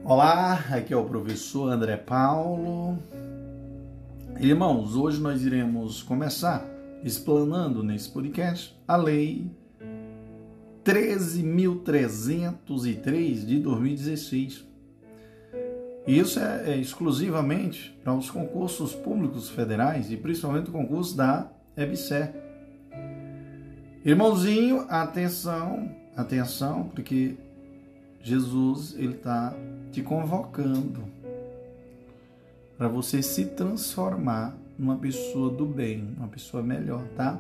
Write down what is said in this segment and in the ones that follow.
Olá, aqui é o professor André Paulo. Irmãos, hoje nós iremos começar explanando nesse podcast a Lei 13.303 de 2016. Isso é exclusivamente para os concursos públicos federais e principalmente o concurso da EBSER. Irmãozinho, atenção, porque Jesus ele está te convocando para você se transformar numa pessoa do bem, uma pessoa melhor, tá?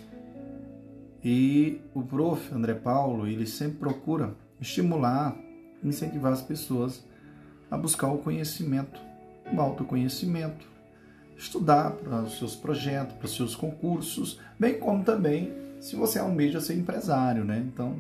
E o prof. André Paulo, ele sempre procura estimular, incentivar as pessoas a buscar o conhecimento, o autoconhecimento, estudar para os seus projetos, para os seus concursos, bem como também se você almeja ser empresário, né? Então,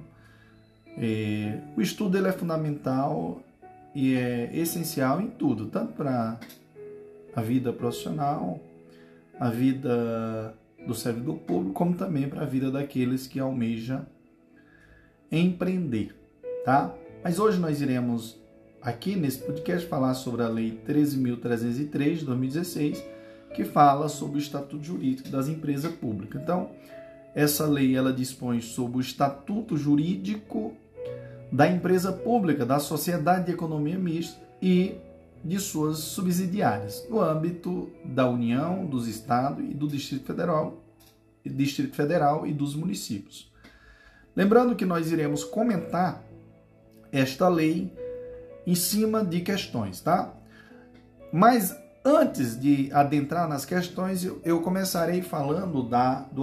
o estudo ele é fundamental e é essencial em tudo, tanto para a vida profissional, a vida do servidor público, como também para a vida daqueles que almejam empreender, tá? Mas hoje nós iremos, aqui nesse podcast, falar sobre a Lei 13.303 de 2016, que fala sobre o Estatuto Jurídico das Empresas Públicas. Então, essa lei ela dispõe sobre o Estatuto Jurídico da empresa pública, da sociedade de economia mista e de suas subsidiárias, no âmbito da União, dos Estados e do Distrito Federal e dos municípios. Lembrando que nós iremos comentar esta lei em cima de questões, tá? Mas antes de adentrar nas questões, eu começarei falando do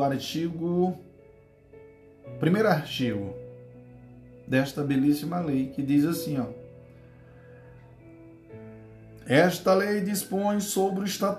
primeiro artigo desta belíssima lei, que diz assim, ó: esta lei dispõe sobre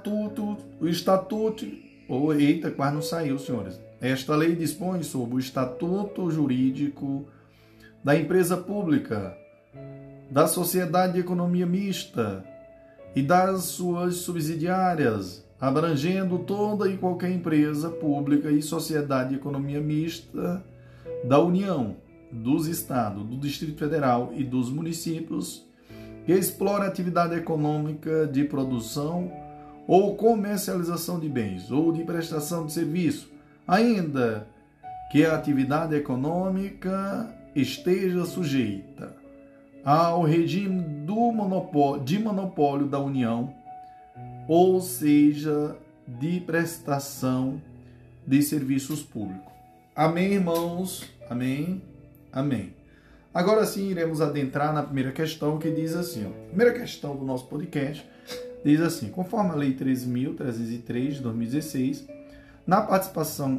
quase não saiu, senhores. Esta lei dispõe sobre o Estatuto Jurídico da Empresa Pública, da Sociedade de Economia Mista e das suas subsidiárias, abrangendo toda e qualquer empresa pública e sociedade de economia mista da União, dos Estados, do Distrito Federal e dos municípios, que explora atividade econômica de produção ou comercialização de bens ou de prestação de serviço, ainda que a atividade econômica esteja sujeita ao regime de monopólio da União, ou seja, de prestação de serviços públicos. Amém, irmãos? Amém? Amém. Agora sim, iremos adentrar na primeira questão, que diz assim, ó. A primeira questão do nosso podcast diz assim: conforme a Lei 13.303 de 2016, na participação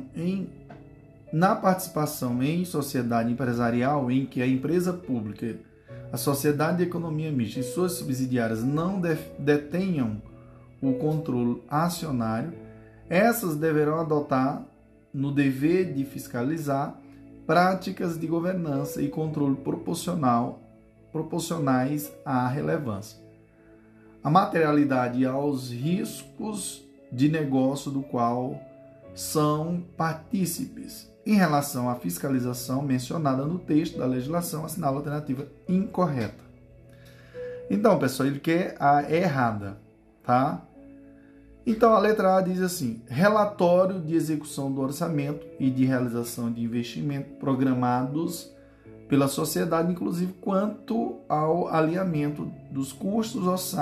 em sociedade empresarial em que a empresa pública, a sociedade de economia mista e suas subsidiárias não detenham o controle acionário, essas deverão adotar, no dever de fiscalizar, práticas de governança e controle proporcionais à relevância, à materialidade e aos riscos de negócio do qual são partícipes. Em relação à fiscalização mencionada no texto da legislação, assinala a alternativa incorreta. Então, pessoal, ele quer a errada, tá? Então, a letra A diz assim: relatório de execução do orçamento e de realização de investimentos programados pela sociedade, inclusive quanto ao alinhamento dos custos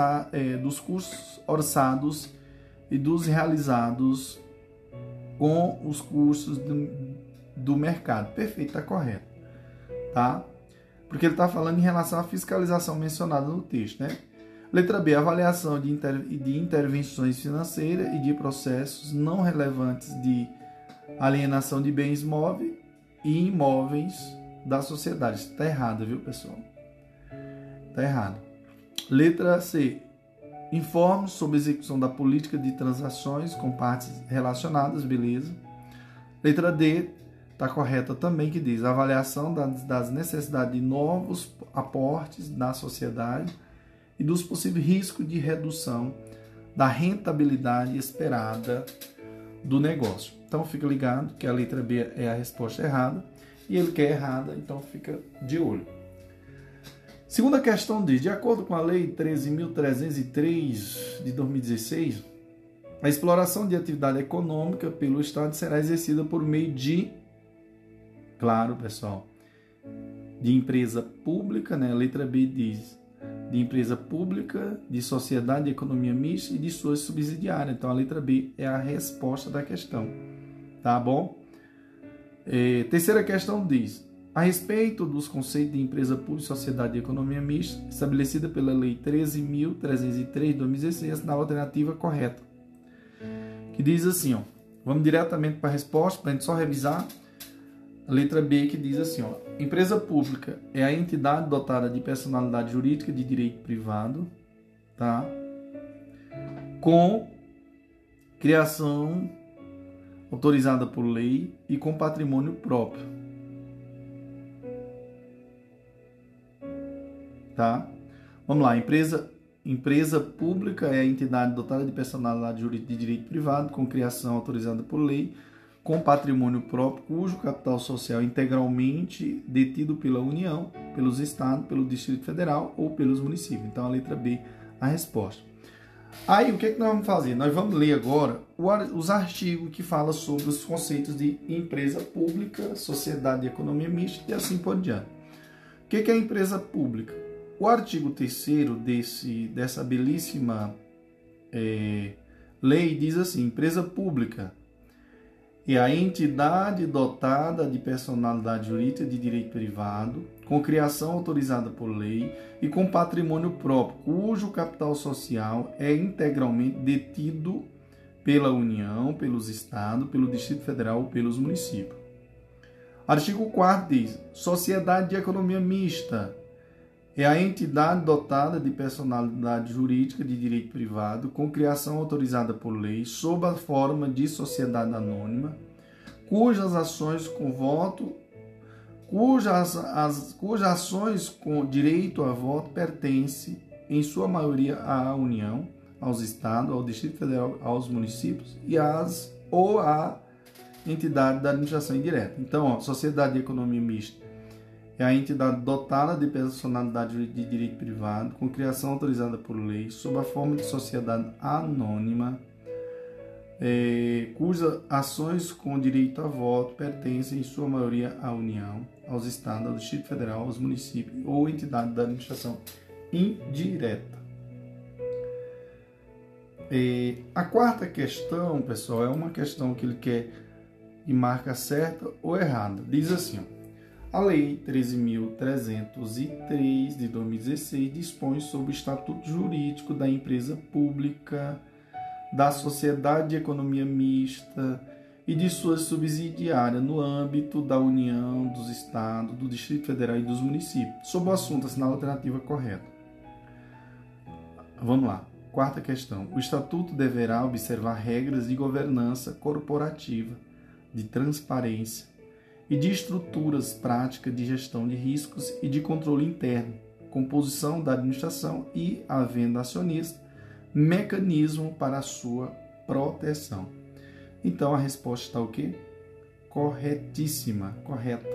orçados e dos realizados com os custos do mercado. Perfeito, está correto, tá? Porque ele está falando em relação à fiscalização mencionada no texto, né? Letra B, avaliação de intervenções financeiras e de processos não relevantes de alienação de bens móveis e imóveis da sociedade. Está errado, viu, pessoal? Está errado. Letra C, informe sobre a execução da política de transações com partes relacionadas, beleza. Letra D, está correta também, que diz avaliação das necessidades de novos aportes na sociedade e dos possíveis riscos de redução da rentabilidade esperada do negócio. Então, fica ligado que a letra B é a resposta errada e ele quer errada, então fica de olho. Segunda questão diz, de acordo com a Lei 13.303 de 2016, a exploração de atividade econômica pelo Estado será exercida por meio de, claro, pessoal, de empresa pública, né? A letra B diz, de empresa pública, de sociedade de economia mista e de suas subsidiárias. Então, a letra B é a resposta da questão, tá bom? Terceira questão diz, a respeito dos conceitos de empresa pública e sociedade de economia mista, estabelecida pela Lei 13.303 de 2016, na alternativa correta. Que diz assim, ó, vamos diretamente para a resposta, para a gente só revisar. A letra B que diz assim, ó, empresa pública é a entidade dotada de personalidade jurídica de direito privado, tá? Com criação autorizada por lei e com patrimônio próprio. Tá? Vamos lá, empresa pública é a entidade dotada de personalidade jurídica de direito privado, com criação autorizada por lei, com patrimônio próprio, cujo capital social é integralmente detido pela União, pelos Estados, pelo Distrito Federal ou pelos municípios. Então, a letra B, a resposta. Aí, o que nós vamos fazer? Nós vamos ler agora os artigos que falam sobre os conceitos de empresa pública, sociedade de economia mista e assim por diante. O que é empresa pública? O artigo 3º dessa belíssima lei diz assim, empresa pública é a entidade dotada de personalidade jurídica de direito privado, com criação autorizada por lei e com patrimônio próprio, cujo capital social é integralmente detido pela União, pelos Estados, pelo Distrito Federal ou pelos municípios. Artigo 4º diz, sociedade de economia mista é a entidade dotada de personalidade jurídica de direito privado, com criação autorizada por lei, sob a forma de sociedade anônima, cujas ações com direito a voto pertencem, em sua maioria, à União, aos Estados, ao Distrito Federal, aos municípios ou à entidade da administração indireta. Então, ó, sociedade de economia mista é a entidade dotada de personalidade de direito privado, com criação autorizada por lei, sob a forma de sociedade anônima, cujas ações com direito a voto pertencem, em sua maioria, à União, aos Estados, ao Distrito Federal, aos municípios ou entidade da administração indireta. A quarta questão, pessoal, é uma questão que ele quer e marca certa ou errada. Diz assim, ó, a Lei 13.303 de 2016 dispõe sobre o estatuto jurídico da empresa pública, da sociedade de economia mista e de suas subsidiárias no âmbito da União, dos Estados, do Distrito Federal e dos municípios. Sobre o assunto, assinala a alternativa correta. Vamos lá. Quarta questão. O estatuto deverá observar regras de governança corporativa, de transparência e de estruturas práticas de gestão de riscos e de controle interno, composição da administração e, havendo acionista, mecanismo para a sua proteção. Então, a resposta está o quê? Corretíssima, correta.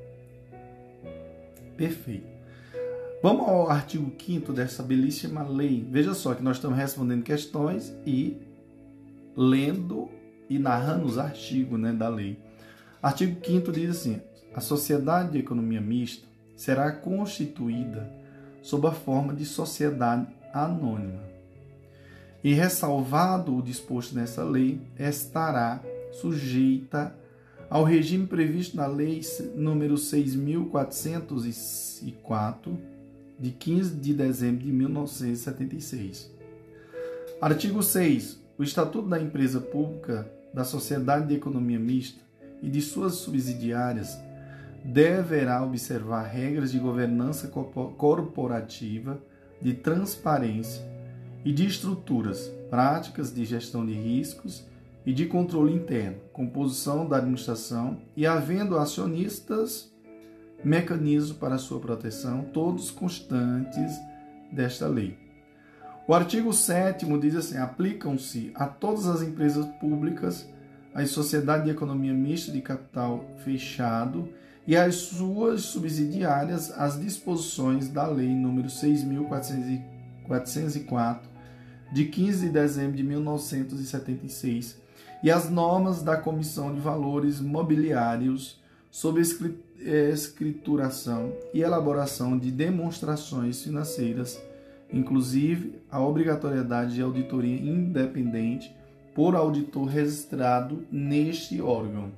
Perfeito. Vamos ao artigo 5º dessa belíssima lei. Veja só que nós estamos respondendo questões e lendo e narrando os artigos, né, da lei. Artigo 5º diz assim, a sociedade de economia mista será constituída sob a forma de sociedade anônima. E ressalvado o disposto nessa lei, estará sujeita ao regime previsto na Lei nº 6.404, de 15 de dezembro de 1976. Artigo 6. O Estatuto da Empresa Pública, da Sociedade de Economia Mista e de suas subsidiárias deverá observar regras de governança corporativa, de transparência e de estruturas, práticas de gestão de riscos e de controle interno, composição da administração e, havendo acionistas, mecanismos para sua proteção, todos constantes desta lei. O artigo 7º diz assim, aplicam-se a todas as empresas públicas, as sociedades de economia mista de capital fechado e as suas subsidiárias às disposições da Lei nº 6.404, de 15 de dezembro de 1976, e as normas da Comissão de Valores Mobiliários sobre escrituração e elaboração de demonstrações financeiras, inclusive a obrigatoriedade de auditoria independente por auditor registrado neste órgão.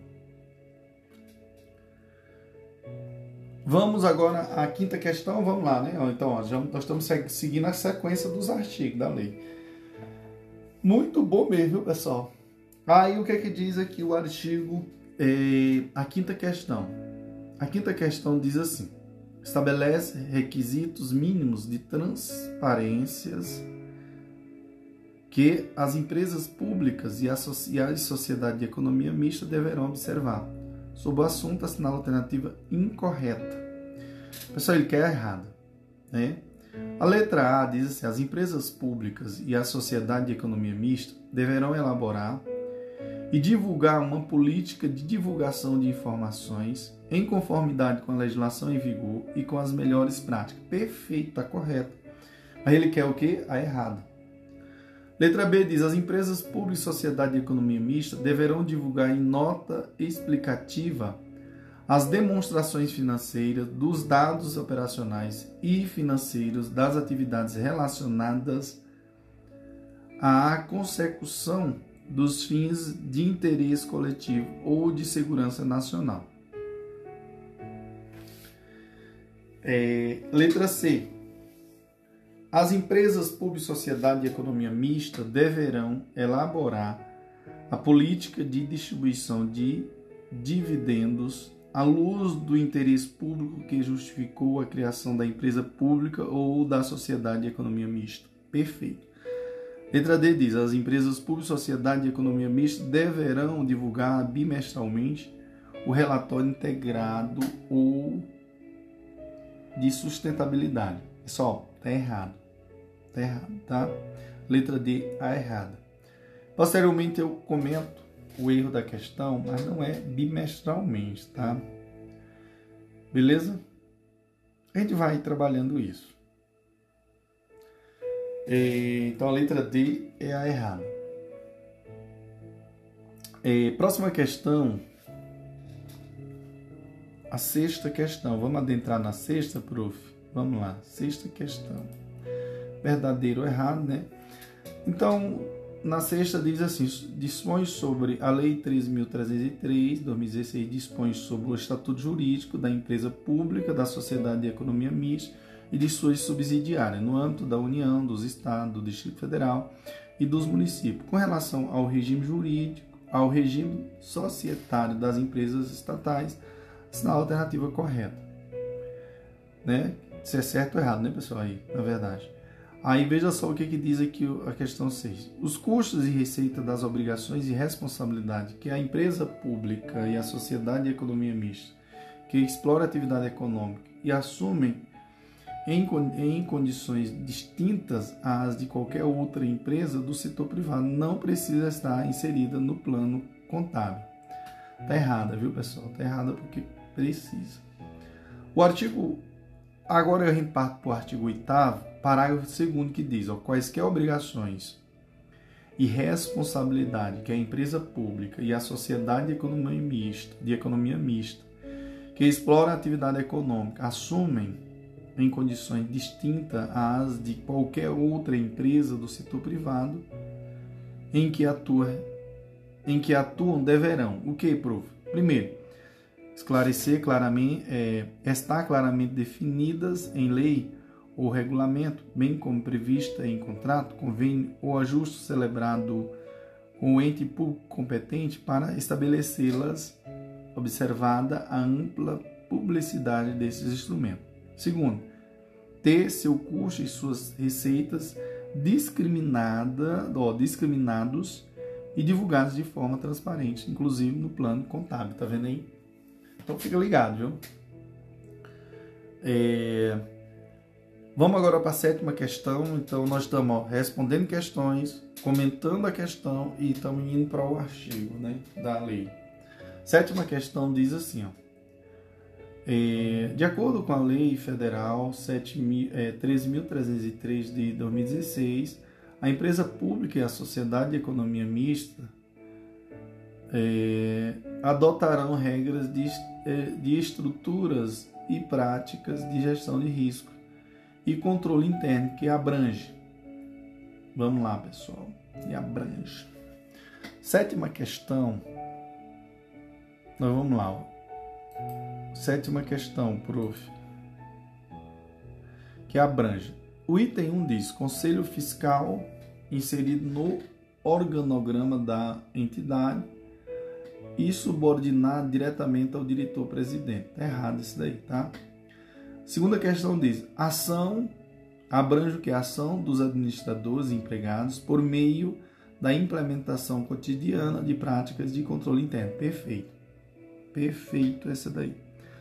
Vamos agora à quinta questão, vamos lá, né? Então, nós estamos seguindo a sequência dos artigos da lei. Muito bom mesmo, viu, pessoal? Aí, o que é que diz aqui o artigo, a quinta questão? A quinta questão diz assim: estabelece requisitos mínimos de transparências que as empresas públicas e as sociedades de economia mista deverão observar. Sobre o assunto, assinala a alternativa incorreta. Pessoal, ele quer errado, né? A letra A diz assim: as empresas públicas e a sociedade de economia mista deverão elaborar e divulgar uma política de divulgação de informações em conformidade com a legislação em vigor e com as melhores práticas. Perfeito, está correto. Mas ele quer o quê? A errada. Letra B diz: as empresas públicas e sociedade de economia mista deverão divulgar em nota explicativa as demonstrações financeiras dos dados operacionais e financeiros das atividades relacionadas à consecução dos fins de interesse coletivo ou de segurança nacional. Letra C. As empresas públicas e sociedade de economia mista deverão elaborar a política de distribuição de dividendos à luz do interesse público que justificou a criação da empresa pública ou da sociedade de economia mista. Perfeito. Letra D diz: as empresas públicas e sociedade de economia mista deverão divulgar bimestralmente o relatório integrado ou de sustentabilidade. Pessoal, tá errado. Tá errado, tá? Letra D, a errada. Posteriormente eu comento o erro da questão, mas não é bimestralmente, tá? Beleza? A gente vai trabalhando isso. Então a letra D é a errada. Próxima questão. A sexta questão. Vamos adentrar na sexta, prof? Vamos lá. Sexta questão. Verdadeiro ou errado, né? Então, na sexta diz assim: dispõe sobre a Lei 13.303, 2016, dispõe sobre o estatuto jurídico da empresa pública, da sociedade de economia mista e de suas subsidiárias, no âmbito da União, dos Estados, do Distrito Federal e dos municípios, com relação ao regime jurídico, ao regime societário das empresas estatais, assinala a alternativa correta. Né? Se é certo ou errado, né, pessoal? Aí, na verdade. Aí veja só o que diz aqui a questão 6. Os custos e receita das obrigações e responsabilidade que a empresa pública e a sociedade de economia mista que explora a atividade econômica e assumem em condições distintas às de qualquer outra empresa do setor privado não precisa estar inserida no plano contábil. Tá errada, viu, pessoal? Tá errada porque precisa. O artigo... Agora a gente parte para o artigo 8º, parágrafo 2º, que diz: quaisquer obrigações e responsabilidade que a empresa pública e a sociedade de economia mista que explora a atividade econômica assumem em condições distintas às de qualquer outra empresa do setor privado em que atuam deverão. O que, prof? Primeiro, esclarecer claramente, estar claramente definidas em lei ou regulamento, bem como prevista em contrato, convênio ou ajuste celebrado com o ente público competente para estabelecê-las, observada a ampla publicidade desses instrumentos. Segundo, ter seu custo e suas receitas discriminados e divulgados de forma transparente, inclusive no plano contábil. Tá vendo aí? Então fica ligado, viu? Vamos agora para a sétima questão. Então nós estamos respondendo questões, comentando a questão e estamos indo para o artigo, né, da lei. Sétima questão diz assim: De acordo com a Lei Federal 13.303 de 2016, a empresa pública e a sociedade de economia mista adotarão regras de estruturas e práticas de gestão de risco e controle interno que abrange. Vamos lá, pessoal. E abrange. Sétima questão. Nós vamos lá. Sétima questão, prof. Que abrange. O item 1 diz: Conselho Fiscal inserido no organograma da entidade e subordinado diretamente ao diretor-presidente. Está errado isso daí, tá? Segunda questão diz: ação, abrange o que? A ação dos administradores e empregados por meio da implementação cotidiana de práticas de controle interno. Perfeito. Perfeito essa daí.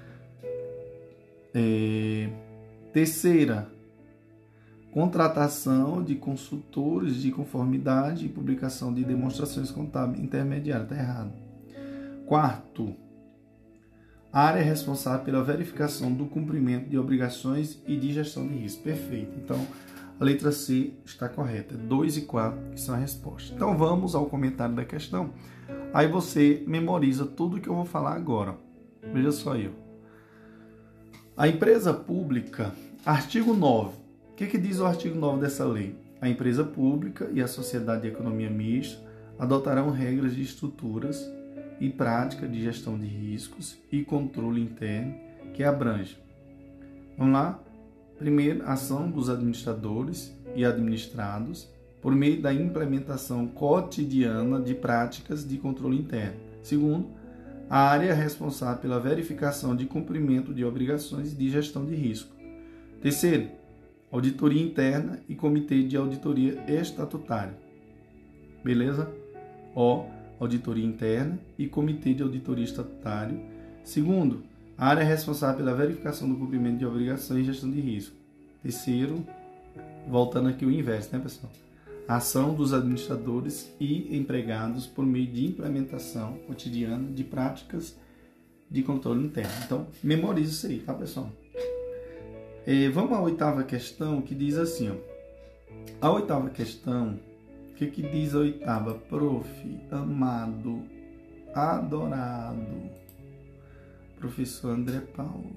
Terceira, contratação de consultores de conformidade e publicação de demonstrações contábeis intermediárias. Está errado. Quarto, área responsável pela verificação do cumprimento de obrigações e de gestão de risco. Perfeito. Então, a letra C está correta. 2 e 4 que são a resposta. Então, vamos ao comentário da questão. Aí você memoriza tudo que eu vou falar agora. Veja só eu. A empresa pública, artigo 9. O que diz o artigo 9 dessa lei? A empresa pública e a sociedade de economia mista adotarão regras de estruturas e prática de gestão de riscos e controle interno que abrange. Vamos lá? Primeiro, ação dos administradores e administrados por meio da implementação cotidiana de práticas de controle interno. Segundo, a área responsável pela verificação de cumprimento de obrigações de gestão de risco. Terceiro, auditoria interna e comitê de auditoria estatutário. Beleza? Auditoria interna e comitê de auditoria estatutário. Segundo, a área responsável pela verificação do cumprimento de obrigações e gestão de risco. Terceiro, voltando aqui o inverso, né, pessoal? Ação dos administradores e empregados por meio de implementação cotidiana de práticas de controle interno. Então, memorize isso aí, tá, pessoal? Vamos à oitava questão, que diz assim, ó. A oitava questão, o que diz a oitava? Prof, amado, adorado, professor André Paulo.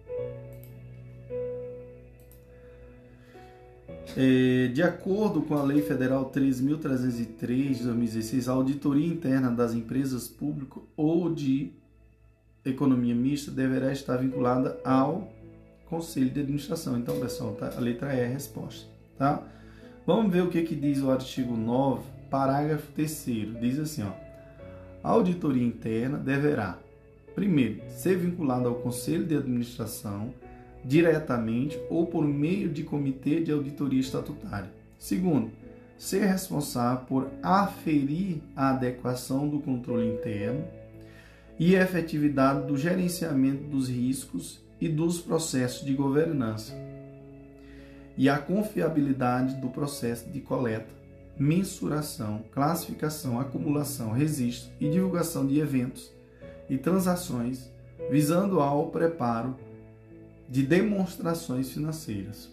De acordo com a Lei Federal 13.303 de 2016, a auditoria interna das empresas públicas ou de economia mista deverá estar vinculada ao Conselho de Administração. Então, pessoal, tá? A letra E é a resposta. Tá? Vamos ver o que diz o artigo 9, parágrafo 3º. Diz assim, ó, a auditoria interna deverá, primeiro, ser vinculada ao Conselho de Administração diretamente ou por meio de comitê de auditoria estatutária. Segundo, ser responsável por aferir a adequação do controle interno e a efetividade do gerenciamento dos riscos e dos processos de governança e a confiabilidade do processo de coleta, mensuração, classificação, acumulação, registro e divulgação de eventos e transações, visando ao preparo de demonstrações financeiras.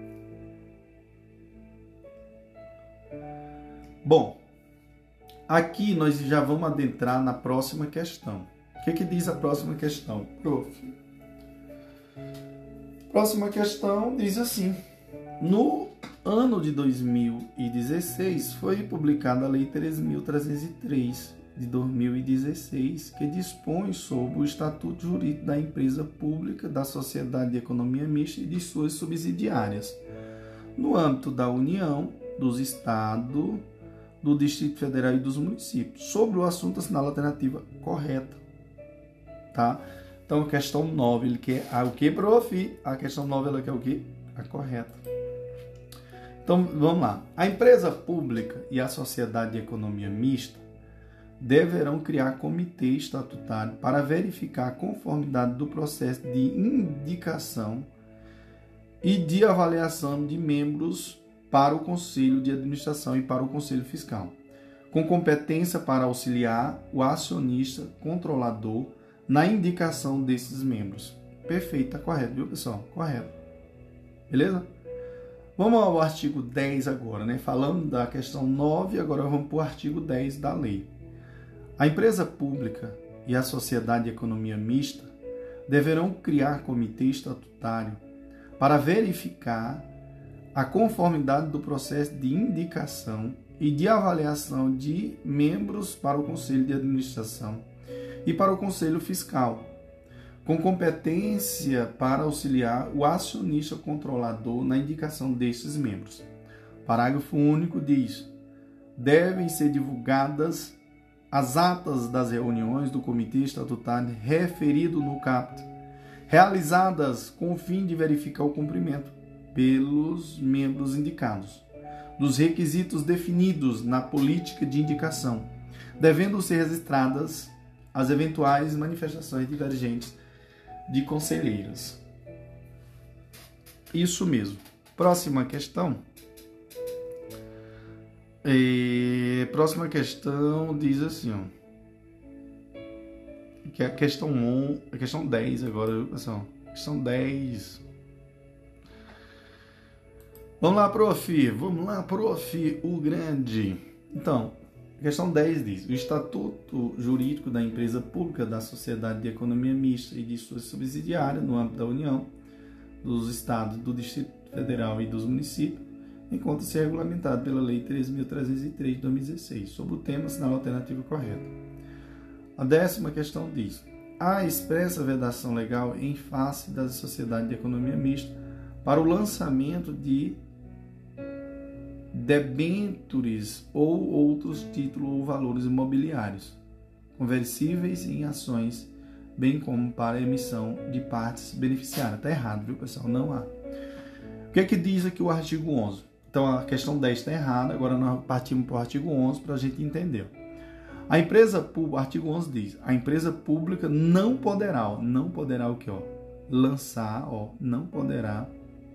Bom, aqui nós já vamos adentrar na próxima questão. O que diz a próxima questão, prof? Próxima questão diz assim: no ano de 2016 foi publicada a Lei 13.303 de 2016, que dispõe sobre o Estatuto Jurídico da Empresa Pública, da Sociedade de Economia Mista e de suas subsidiárias, no âmbito da União, dos Estados, do Distrito Federal e dos municípios. Sobre o assunto, assinala a alternativa correta. Tá? Então, a questão 9, ele quer o que, prof? A questão 9, ela quer o que? A correta. Então, vamos lá. A empresa pública e a sociedade de economia mista deverão criar comitê estatutário para verificar a conformidade do processo de indicação e de avaliação de membros para o Conselho de Administração e para o Conselho Fiscal, com competência para auxiliar o acionista controlador na indicação desses membros. Perfeito, tá correto, viu, pessoal? Correto. Beleza? Vamos ao artigo 10 agora, né? Falando da questão 9, agora vamos para o artigo 10 da lei. A empresa pública e a sociedade de economia mista deverão criar comitê estatutário para verificar a conformidade do processo de indicação e de avaliação de membros para o Conselho de Administração e para o Conselho Fiscal, com competência para auxiliar o acionista controlador na indicação destes membros. Parágrafo único diz: devem ser divulgadas as atas das reuniões do Comitê Estatutário referido no caput, realizadas com o fim de verificar o cumprimento, pelos membros indicados, dos requisitos definidos na política de indicação, devendo ser registradas as eventuais manifestações divergentes de conselheiros. Isso mesmo. Próxima questão. Próxima questão diz assim, ó, que é a questão 10 agora, viu, pessoal? Questão 10. Vamos lá, prof, o grande. Então, questão 10 diz: o estatuto jurídico da empresa pública, da sociedade de economia mista e de suas subsidiárias no âmbito da União, dos estados, do Distrito Federal e dos municípios, encontra-se regulamentado pela Lei 13.303 de 2016, sob o tema sinal alternativo correto. A 10ª questão diz: há expressa vedação legal em face da sociedade de economia mista para o lançamento de debêntures ou outros títulos ou valores imobiliários conversíveis em ações, bem como para a emissão de partes beneficiárias. Está errado, viu, pessoal? Não há. O que é que diz aqui o artigo 11? Então, a questão 10 está errada, agora nós partimos para o artigo 11 para a gente entender. A empresa pública, artigo 11 diz: a empresa pública não poderá o que, ó? Lançar, ó, não poderá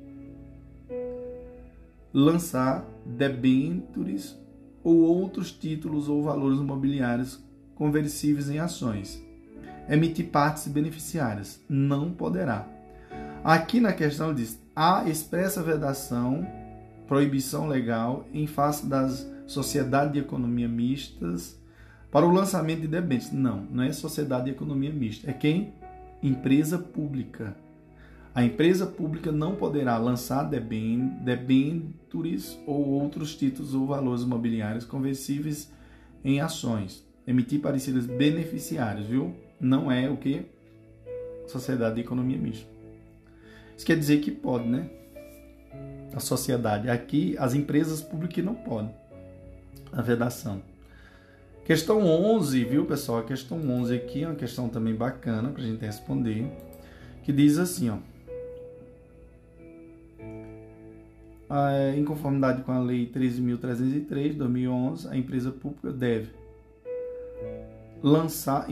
lançar debêntures ou outros títulos ou valores imobiliários conversíveis em ações, emitir partes beneficiárias, não poderá. Aqui na questão diz: há expressa vedação, proibição legal em face das sociedades de economia mistas para o lançamento de debêntures. Não é sociedade de economia mista, é quem? Empresa pública. A empresa pública não poderá lançar debêntures ou outros títulos ou valores imobiliários conversíveis em ações, emitir pareceres beneficiários, viu? Não é o que? Sociedade de economia mista. Isso quer dizer que pode, né? A sociedade. Aqui, as empresas públicas não podem. A vedação. Questão 11, viu, pessoal? A questão 11 aqui é uma questão também bacana para a gente responder, que diz assim, ó: em conformidade com a Lei 13.303 de 2011, a empresa pública deve lançar,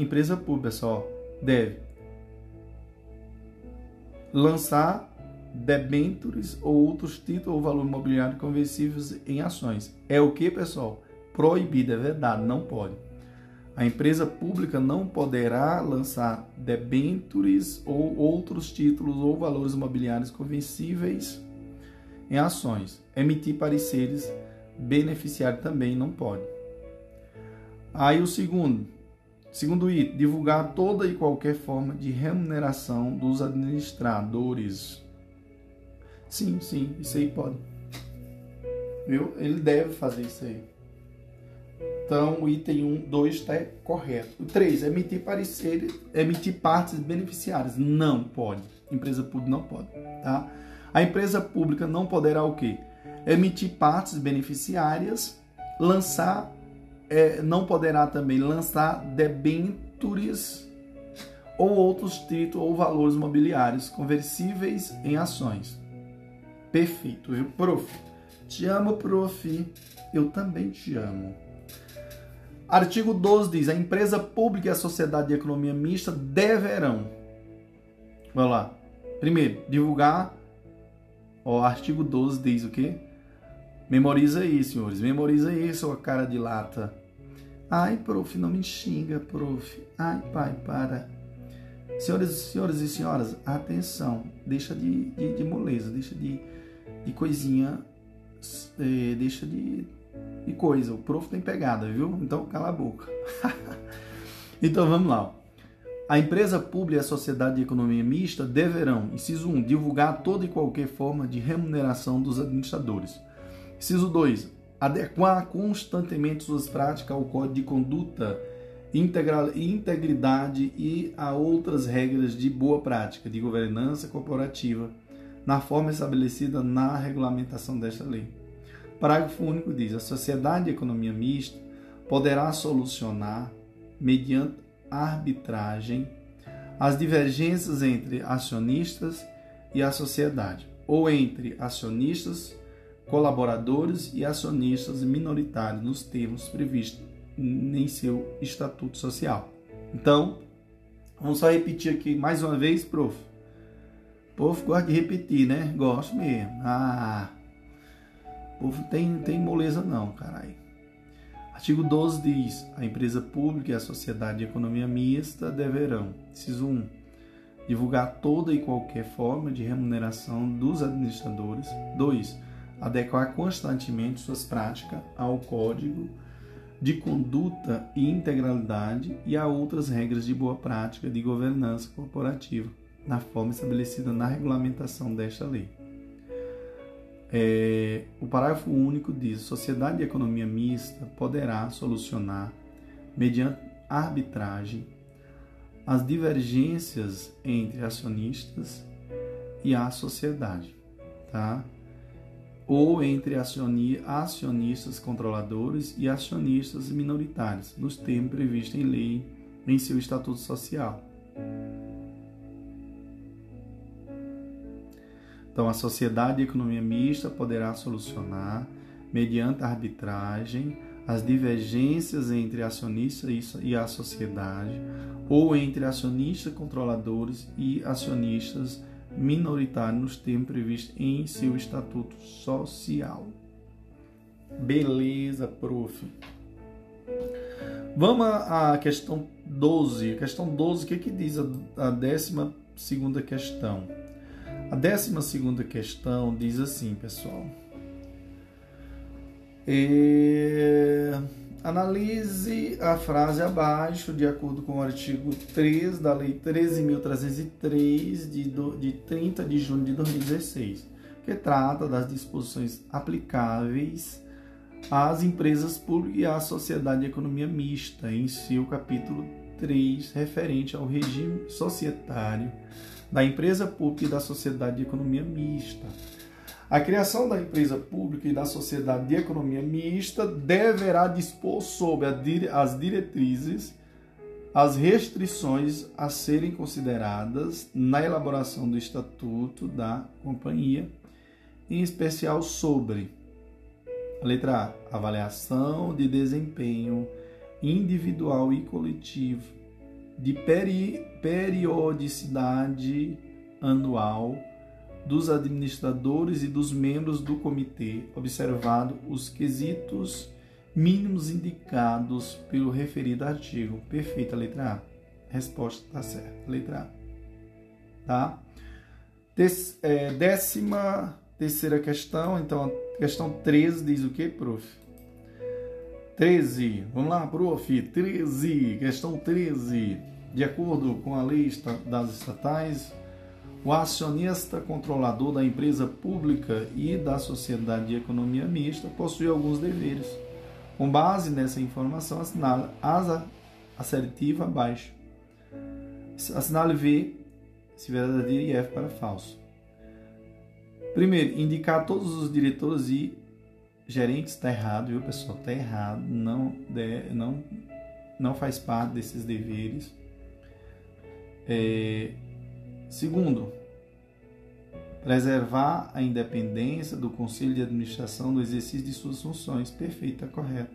lançar debêntures ou outros títulos ou valor imobiliário conversíveis em ações. É o que, pessoal? Proibido, é vedado, não pode. A empresa pública não poderá lançar debêntures ou outros títulos ou valores imobiliários conversíveis em ações. Emitir pareceres beneficiários também não pode. Aí o segundo item: divulgar toda e qualquer forma de remuneração dos administradores. Sim, isso aí pode. Viu? Ele deve fazer isso aí. Então, o item 1, 2 está correto. O 3, emitir pareceres, emitir partes beneficiárias. Não pode. Empresa pública não pode, tá? A empresa pública não poderá o quê? Emitir partes beneficiárias, não poderá também lançar debêntures ou outros títulos ou valores imobiliários conversíveis em ações. Perfeito, viu, prof? Te amo, prof. Eu também te amo. Artigo 12 diz: a empresa pública e a sociedade de economia mista deverão. Vamos lá. Primeiro, divulgar. Ó, artigo 12 diz o quê? Memoriza aí, senhores. Memoriza aí, sua cara de lata. Ai, prof, não me xinga, prof. Ai, pai, para. Senhores e senhoras, atenção, deixa de moleza, deixa de coisinha, deixa de coisa. O prof tem pegada, viu? Então cala a boca. Então vamos lá. A empresa pública e a sociedade de economia mista deverão, inciso 1, divulgar toda e qualquer forma de remuneração dos administradores. Inciso 2, adequar constantemente suas práticas ao código de conduta, integridade e a outras regras de boa prática de governança corporativa, na forma estabelecida na regulamentação desta lei. Parágrafo único diz: a sociedade de economia mista poderá solucionar, mediante arbitragem, as divergências entre acionistas e a sociedade, ou entre acionistas, colaboradores e acionistas minoritários, nos termos previstos em seu estatuto social. Então, vamos só repetir aqui mais uma vez, prof. Prof gosta de repetir, né? Gosto mesmo. Prof tem moleza não, caralho. Artigo 12 diz: a empresa pública e a sociedade de economia mista deverão, inciso 1, divulgar toda e qualquer forma de remuneração dos administradores. 2, adequar constantemente suas práticas ao código de conduta e integralidade e a outras regras de boa prática de governança corporativa, na forma estabelecida na regulamentação desta lei. O parágrafo único diz: a sociedade de economia mista poderá solucionar, mediante arbitragem, as divergências entre acionistas e a sociedade, tá? Ou entre acionistas controladores e acionistas minoritários, nos termos previstos em lei em seu estatuto social. Então, a sociedade de economia mista poderá solucionar, mediante arbitragem, as divergências entre acionistas e a sociedade, ou entre acionistas controladores e acionistas minoritários, nos termos previstos em seu estatuto social. Beleza, prof. Vamos à questão 12. A questão 12, o que diz a 12ª questão? A 12ª questão diz assim, pessoal. Analise a frase abaixo de acordo com o artigo 3 da Lei 13.303 de 30 de junho de 2016, que trata das disposições aplicáveis às empresas públicas e à sociedade de economia mista, em seu capítulo 3, referente ao regime societário da empresa pública e da sociedade de economia mista. A criação da empresa pública e da sociedade de economia mista deverá dispor sobre as diretrizes, as restrições a serem consideradas na elaboração do estatuto da companhia, em especial sobre a letra A, avaliação de desempenho individual e coletivo, de periodicidade anual dos administradores e dos membros do comitê, observado os quesitos mínimos indicados pelo referido artigo. Perfeita, letra A. Resposta está certa, letra A. Tá? 13ª questão, então a questão 13 diz o que, prof? 13, vamos lá, prof. 13, questão 13. De acordo com a lei das estatais, o acionista controlador da empresa pública e da sociedade de economia mista possui alguns deveres. Com base nessa informação, assinale a assertiva abaixo. Assinale V se verdadeiro e F para falso. Primeiro, indicar todos os diretores e gerentes. Está errado, viu, pessoal? Está errado. Não faz parte desses deveres. Segundo, preservar a independência do Conselho de Administração no exercício de suas funções. Perfeito, está correto.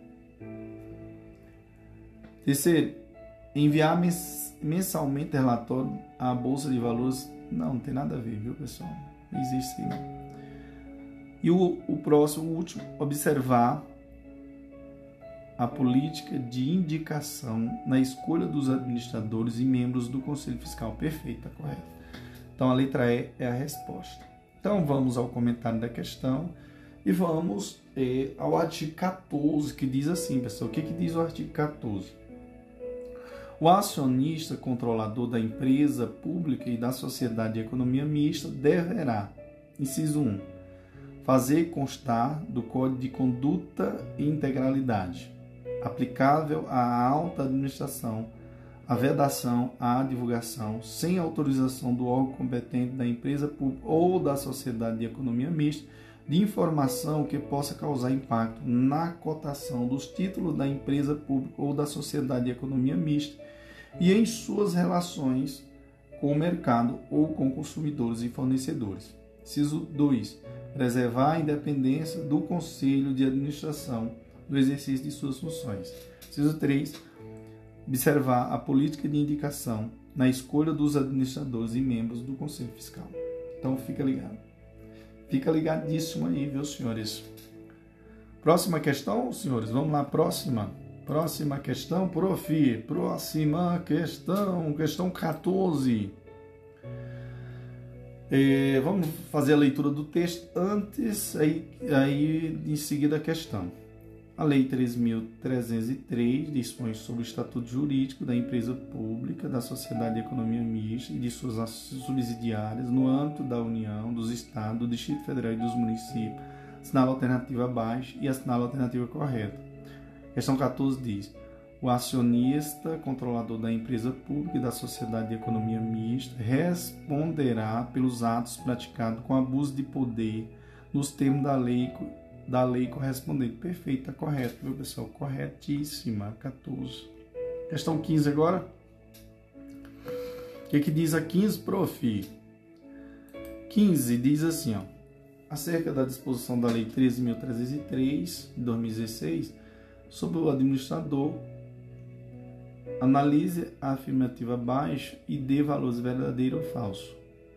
Terceiro, enviar mensalmente relatório à Bolsa de Valores. Não tem nada a ver, viu, pessoal? Não existe isso não. E o próximo, o último, observar a política de indicação na escolha dos administradores e membros do Conselho Fiscal. Perfeito, tá correto. Então, a letra E é a resposta. Então, vamos ao comentário da questão e vamos ao artigo 14, que diz assim, pessoal. O que diz o artigo 14? O acionista controlador da empresa pública e da sociedade de economia mista deverá, inciso 1, fazer constar do Código de Conduta e Integralidade, aplicável à alta administração, a vedação à divulgação, sem autorização do órgão competente da empresa pública ou da sociedade de economia mista, de informação que possa causar impacto na cotação dos títulos da empresa pública ou da sociedade de economia mista e em suas relações com o mercado ou com consumidores e fornecedores. Inciso 2. Preservar a independência do Conselho de Administração do exercício de suas funções. Inciso 3. Observar a política de indicação na escolha dos administradores e membros do Conselho Fiscal. Então, fica ligado. Fica ligadíssimo aí, viu, senhores? Próxima questão, senhores. Vamos lá, próxima. Próxima questão, prof. Próxima questão, questão 14. Vamos fazer a leitura do texto antes, aí em seguida a questão. A Lei 3.303 dispõe sobre o Estatuto Jurídico da Empresa Pública, da Sociedade de Economia Mista e de suas subsidiárias no âmbito da União, dos Estados, do Distrito Federal e dos municípios. Assinala a alternativa abaixo e assinala a alternativa correta. Questão 14 diz: o acionista controlador da empresa pública e da sociedade de economia mista responderá pelos atos praticados com abuso de poder nos termos da lei correspondente. Perfeito, está correto, viu, pessoal? Corretíssima, 14. Questão 15 agora. O que diz a 15, prof? 15 diz assim, ó: acerca da disposição da Lei 13.303, de 2016, sobre o administrador, analise a afirmativa abaixo e dê valores verdadeiro ou falso.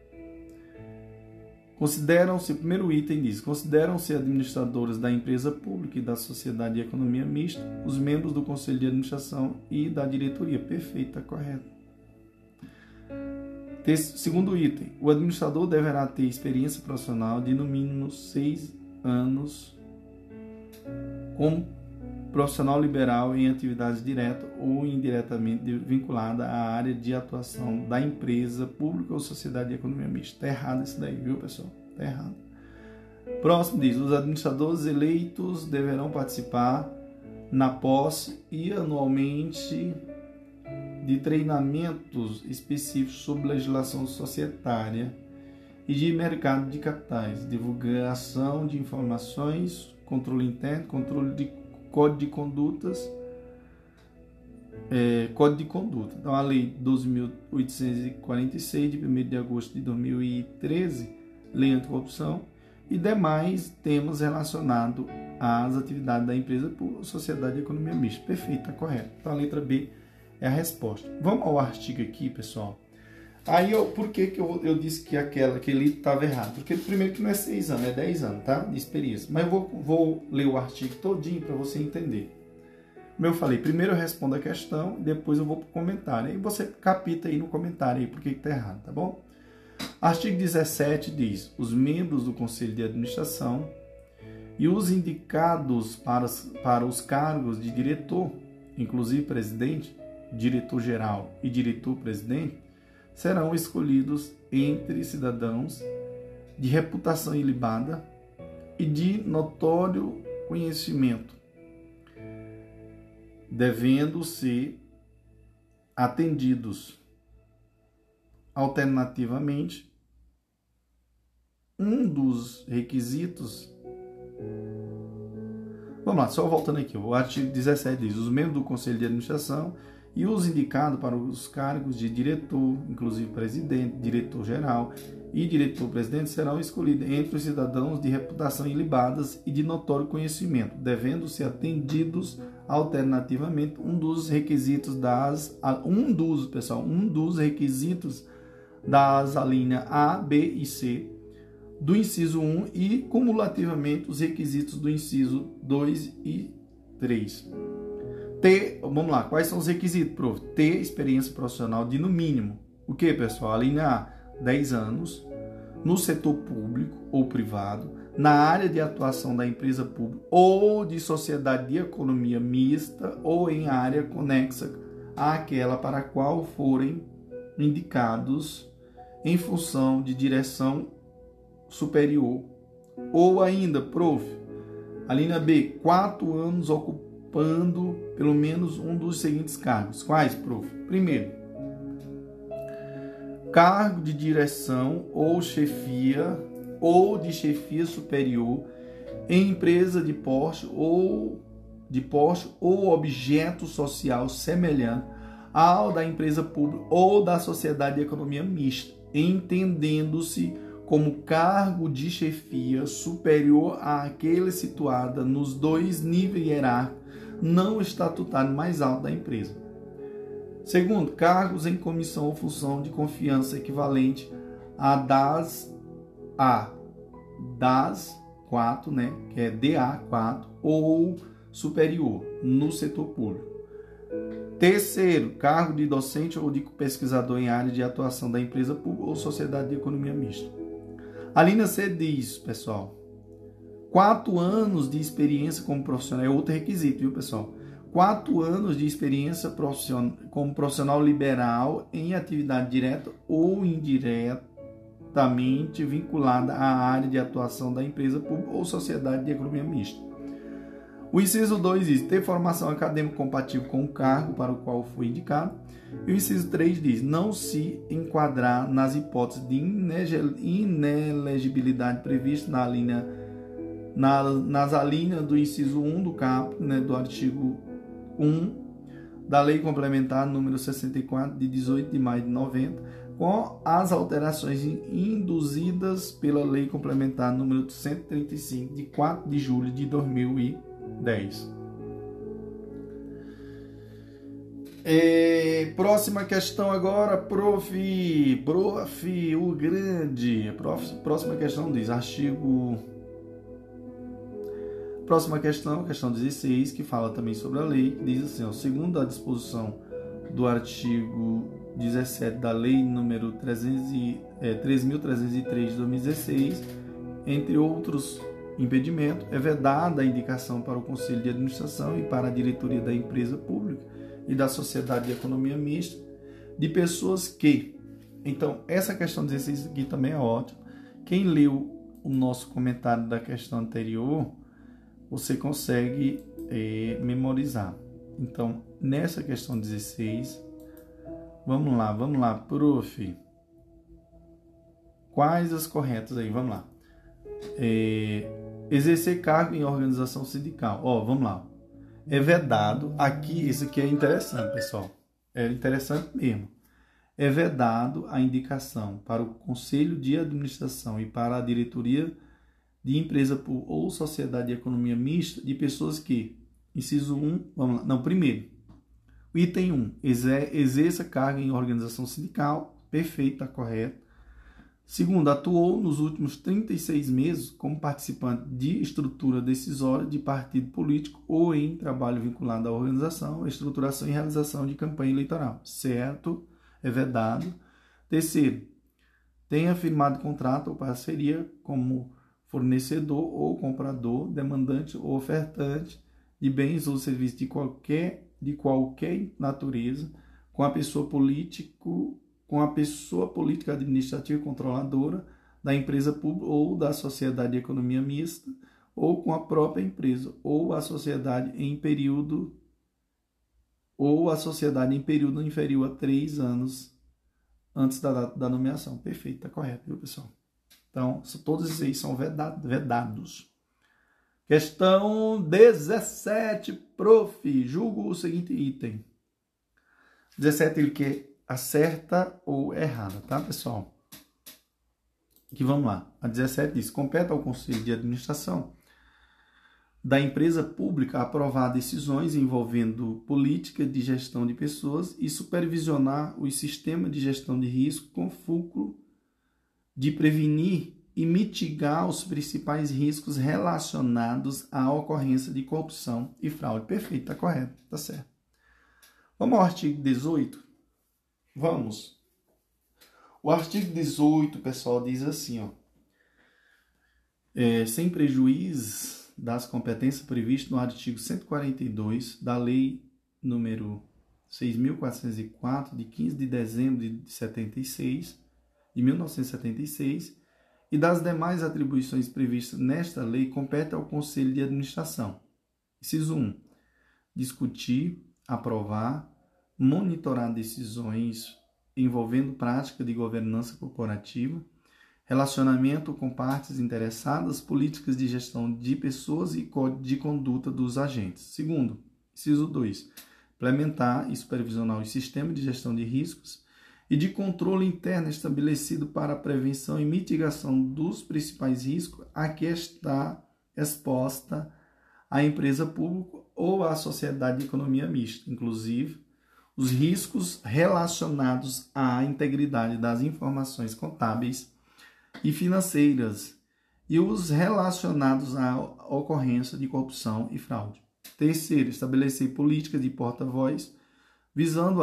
Consideram-se, primeiro item diz, consideram-se administradores da empresa pública e da sociedade de economia mista os membros do Conselho de Administração e da diretoria. Perfeito, está correto. Segundo item, o administrador deverá ter experiência profissional de no mínimo 6 anos como profissional liberal em atividades direta ou indiretamente vinculada à área de atuação da empresa pública ou sociedade de economia mista. Está errado isso daí, viu, pessoal? Está errado. Próximo diz: os administradores eleitos deverão participar na posse e anualmente de treinamentos específicos sobre legislação societária e de mercado de capitais, divulgação de informações, controle interno, controle de Código de Condutas, Código de Conduta. Então, a Lei 12.846, de 1º de agosto de 2013, Lei Anticorrupção, e demais temas relacionados às atividades da empresa por sociedade de economia mista. Perfeito, está correto. Então, a letra B é a resposta. Vamos ao artigo aqui, pessoal. Aí, por que eu disse que aquele estava errado? Porque, primeiro, que não é 6 anos, é 10 anos, tá? De experiência. Mas eu vou ler o artigo todinho para você entender. Como eu falei, primeiro eu respondo a questão, depois eu vou para o comentário. Aí você capita aí no comentário aí por que está errado, tá bom? Artigo 17 diz: os membros do Conselho de Administração e os indicados para os cargos de diretor, inclusive presidente, diretor-geral e diretor-presidente, serão escolhidos entre cidadãos de reputação ilibada e de notório conhecimento, devendo ser atendidos alternativamente um dos requisitos. Vamos lá, só voltando aqui, o artigo 17 diz: os membros do Conselho de Administração e os indicados para os cargos de diretor, inclusive presidente, diretor-geral e diretor-presidente, serão escolhidos entre os cidadãos de reputação ilibadas e de notório conhecimento, devendo ser atendidos alternativamente um dos requisitos das alíneas A, B e C do inciso 1 e cumulativamente os requisitos do inciso 2 e 3. Vamos lá, quais são os requisitos, prof? Ter experiência profissional de no mínimo, o que, pessoal? A linha A, 10 anos, no setor público ou privado, na área de atuação da empresa pública ou de sociedade de economia mista ou em área conexa àquela para a qual forem indicados em função de direção superior. Ou ainda, prof, a linha B, 4 anos ocupando pelo menos um dos seguintes cargos. Quais, prof? Primeiro, cargo de direção ou chefia ou de chefia superior em empresa de porte ou objeto social semelhante ao da empresa pública ou da sociedade de economia mista, entendendo-se como cargo de chefia superior àquele situada nos 2 níveis hierárquicos não estatutários mais altos da empresa. Segundo, cargos em comissão ou função de confiança equivalente a das 4, né, que é DA4 ou superior no setor público. Terceiro, cargo de docente ou de pesquisador em área de atuação da empresa pública ou sociedade de economia mista. A linha C diz, pessoal, 4 anos de experiência como profissional é outro requisito, viu, pessoal? 4 anos de experiência como profissional liberal em atividade direta ou indiretamente vinculada à área de atuação da empresa pública ou sociedade de economia mista. O inciso 2 diz ter formação acadêmica compatível com o cargo para o qual foi indicado. E o inciso 3 diz não se enquadrar nas hipóteses de inelegibilidade previstas nas alíneas do inciso 1 do caput, né, do artigo 1 da Lei Complementar número 64 de 18 de maio de 90, com as alterações induzidas pela Lei Complementar número 135 de 4 de julho de 2010. Próxima questão agora, prof, o grande. Próxima questão diz, próxima questão 16, que fala também sobre a lei, que diz assim, segundo a disposição do artigo 17 da Lei número 3.303 de 2016, entre outros impedimentos, é vedada a indicação para o Conselho de Administração e para a diretoria da empresa pública e da sociedade de economia mista de pessoas que... Então, essa questão 16 aqui também é ótima. Quem leu o nosso comentário da questão anterior, você consegue memorizar. Então, nessa questão 16, vamos lá, prof. Quais as corretas aí? Vamos lá. Exercer cargo em organização sindical. Vamos lá. É vedado, aqui, isso aqui é interessante, pessoal. É interessante mesmo. É vedado a indicação para o Conselho de Administração e para a diretoria de empresa ou sociedade de economia mista de pessoas que, inciso 1, vamos lá, não, primeiro, o item 1, exerça cargo em organização sindical, perfeito, está correto. Segundo, atuou nos últimos 36 meses como participante de estrutura decisória de partido político ou em trabalho vinculado à organização, estruturação e realização de campanha eleitoral. Certo? É vedado. Terceiro, tenha firmado contrato ou parceria como fornecedor ou comprador, demandante ou ofertante de bens ou serviços de qualquer natureza com a pessoa política administrativa controladora da empresa pública ou da sociedade de economia mista, ou com a própria empresa, ou a sociedade em período inferior a 3 anos antes da data da nomeação. Perfeito, está correto, viu, pessoal? Então, todos esses aí são vedados. Questão 17, prof. Julgo o seguinte item. 17, ele quer acerta ou errada, tá, pessoal? Aqui vamos lá. A 17 diz, compete ao Conselho de Administração da empresa pública aprovar decisões envolvendo política de gestão de pessoas e supervisionar os sistemas de gestão de risco com fulcro de prevenir e mitigar os principais riscos relacionados à ocorrência de corrupção e fraude. Perfeito, está correto, está certo. Vamos ao artigo 18? Vamos. O artigo 18, pessoal, diz assim, ó. Sem prejuízo das competências previstas no artigo 142 da Lei número 6.404, de 15 de dezembro de 1976, e das demais atribuições previstas nesta lei, compete ao Conselho de Administração. Inciso 1. Discutir, aprovar, monitorar decisões envolvendo prática de governança corporativa, relacionamento com partes interessadas, políticas de gestão de pessoas e código de conduta dos agentes. Segundo, inciso 2, implementar e supervisionar os sistemas de gestão de riscos e de controle interno estabelecido para a prevenção e mitigação dos principais riscos a que está exposta a empresa pública ou a sociedade de economia mista, inclusive os riscos relacionados à integridade das informações contábeis e financeiras e os relacionados à ocorrência de corrupção e fraude. Terceiro, estabelecer políticas de porta-voz visando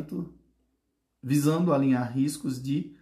alinhar riscos de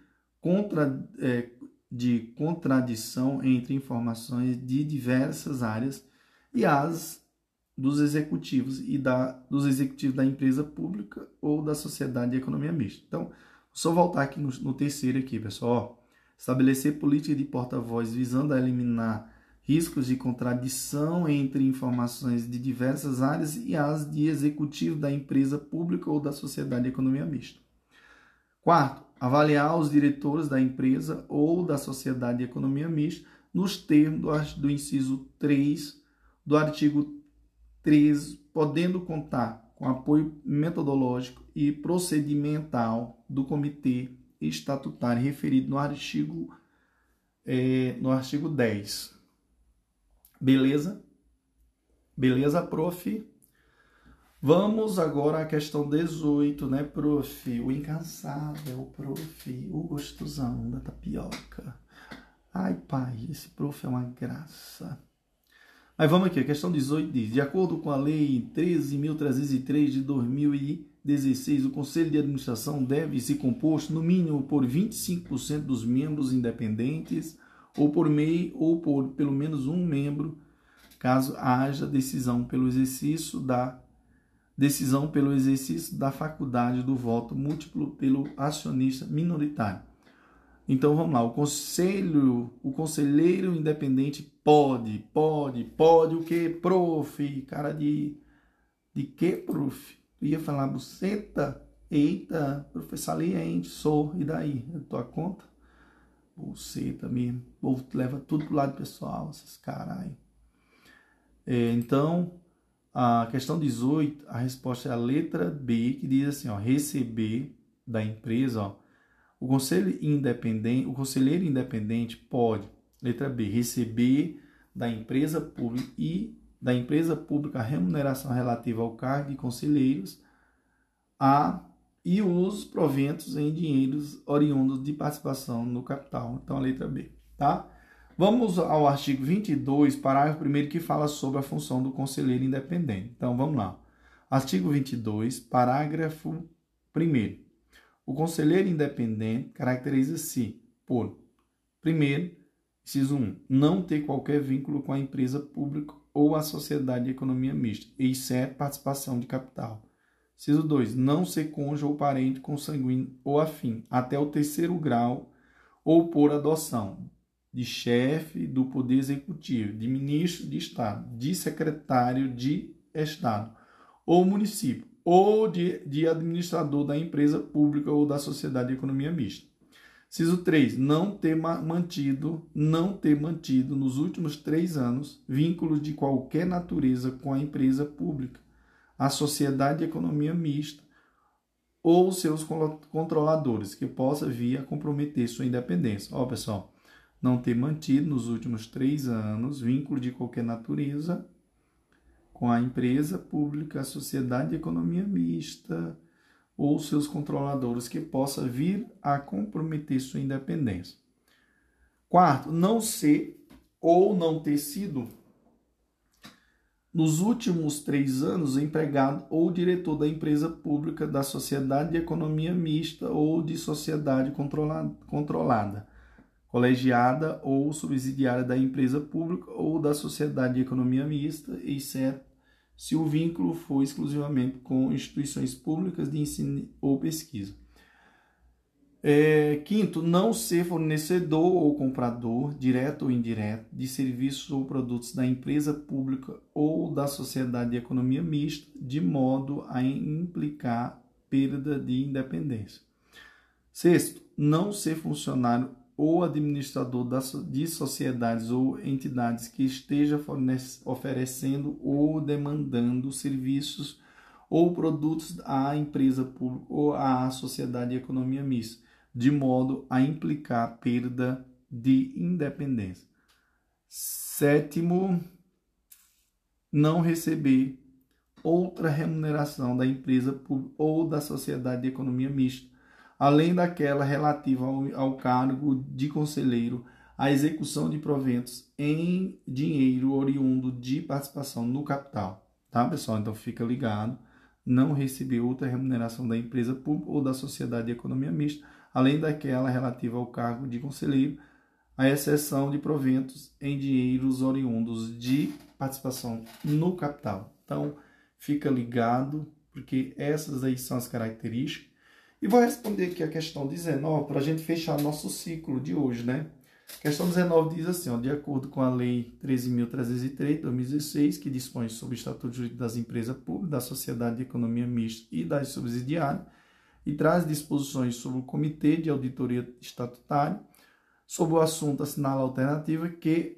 contradição entre informações de diversas áreas e as dos executivos dos executivos da empresa pública ou da sociedade de economia mista. Então, só voltar aqui no terceiro aqui, pessoal. Estabelecer política de porta-voz visando a eliminar riscos de contradição entre informações de diversas áreas e as de executivo da empresa pública ou da sociedade de economia mista. Quarto, avaliar os diretores da empresa ou da sociedade de economia mista nos termos do inciso 3 do artigo 3, podendo contar com apoio metodológico e procedimental do comitê estatutário referido no artigo 10. Beleza? Beleza, prof? Vamos agora à questão 18, né, prof? O incansável, prof. O gostosão da tapioca. Ai, pai, esse prof é uma graça. Mas vamos aqui, a questão 18 diz: de acordo com a Lei 13.303 de 2016, o Conselho de Administração deve ser composto, no mínimo, por 25% dos membros independentes ou por pelo menos um membro, caso haja decisão pelo exercício da faculdade do voto múltiplo pelo acionista minoritário. Então vamos lá, o conselheiro independente pode o que, prof? Cara de que, prof? Tu ia falar buceta? Eita, professor saliente, sou, e daí? Eu tô a conta? Buceta mesmo, o povo leva tudo pro lado pessoal, esses caras. Então, a questão 18, a resposta é a letra B, que diz assim, ó, receber da empresa, ó, o conselheiro independente pode, letra B, receber da empresa pública a remuneração relativa ao cargo de conselheiros e os proventos em dinheiros oriundos de participação no capital. Então, a letra B, tá? Vamos ao artigo 22, parágrafo 1º, que fala sobre a função do conselheiro independente. Então, vamos lá. Artigo 22, parágrafo 1º. O conselheiro independente caracteriza-se por, primeiro, inciso 1, não ter qualquer vínculo com a empresa pública ou a sociedade de economia mista, exceto participação de capital. Inciso 2, não ser cônjuge ou parente consanguíneo ou afim, até o 3º grau ou por adoção, de chefe do Poder Executivo, de ministro de Estado, de secretário de Estado, ou município, ou de administrador da empresa pública ou da sociedade de economia mista. Inciso 3. Não ter mantido nos últimos 3 anos vínculos de qualquer natureza com a empresa pública, a sociedade de economia mista ou seus controladores, que possa vir a comprometer sua independência. Ó, pessoal, não ter mantido nos últimos 3 anos vínculo de qualquer natureza com a empresa pública, a sociedade de economia mista ou seus controladores, que possa vir a comprometer sua independência. Quarto, não ser ou não ter sido, nos últimos 3 anos, empregado ou diretor da empresa pública, da sociedade de economia mista ou de sociedade controlada, colegiada ou subsidiária da empresa pública ou da sociedade de economia mista, exceto se o vínculo for exclusivamente com instituições públicas de ensino ou pesquisa. Quinto, não ser fornecedor ou comprador, direto ou indireto, de serviços ou produtos da empresa pública ou da sociedade de economia mista, de modo a implicar perda de independência. Sexto, não ser funcionário ou administrador de sociedades ou entidades que esteja oferecendo ou demandando serviços ou produtos à empresa pública ou à sociedade de economia mista, de modo a implicar perda de independência. Sétimo, não receber outra remuneração da empresa pública ou da sociedade de economia mista, além daquela relativa ao cargo de conselheiro, à execução de proventos em dinheiro oriundo de participação no capital. Tá, pessoal? Então fica ligado. Não receber outra remuneração da empresa pública ou da sociedade de economia mista, além daquela relativa ao cargo de conselheiro, à exceção de proventos em dinheiros oriundos de participação no capital. Então, fica ligado, porque essas aí são as características. E vou responder aqui a questão 19, para a gente fechar nosso ciclo de hoje, né? A questão 19 diz assim, ó, de acordo com a Lei 13.303, de 2016, que dispõe sobre o Estatuto Jurídico das Empresas Públicas, da Sociedade de Economia Mista e das subsidiárias, e traz disposições sobre o Comitê de Auditoria Estatutária, sobre o assunto assinala a alternativa que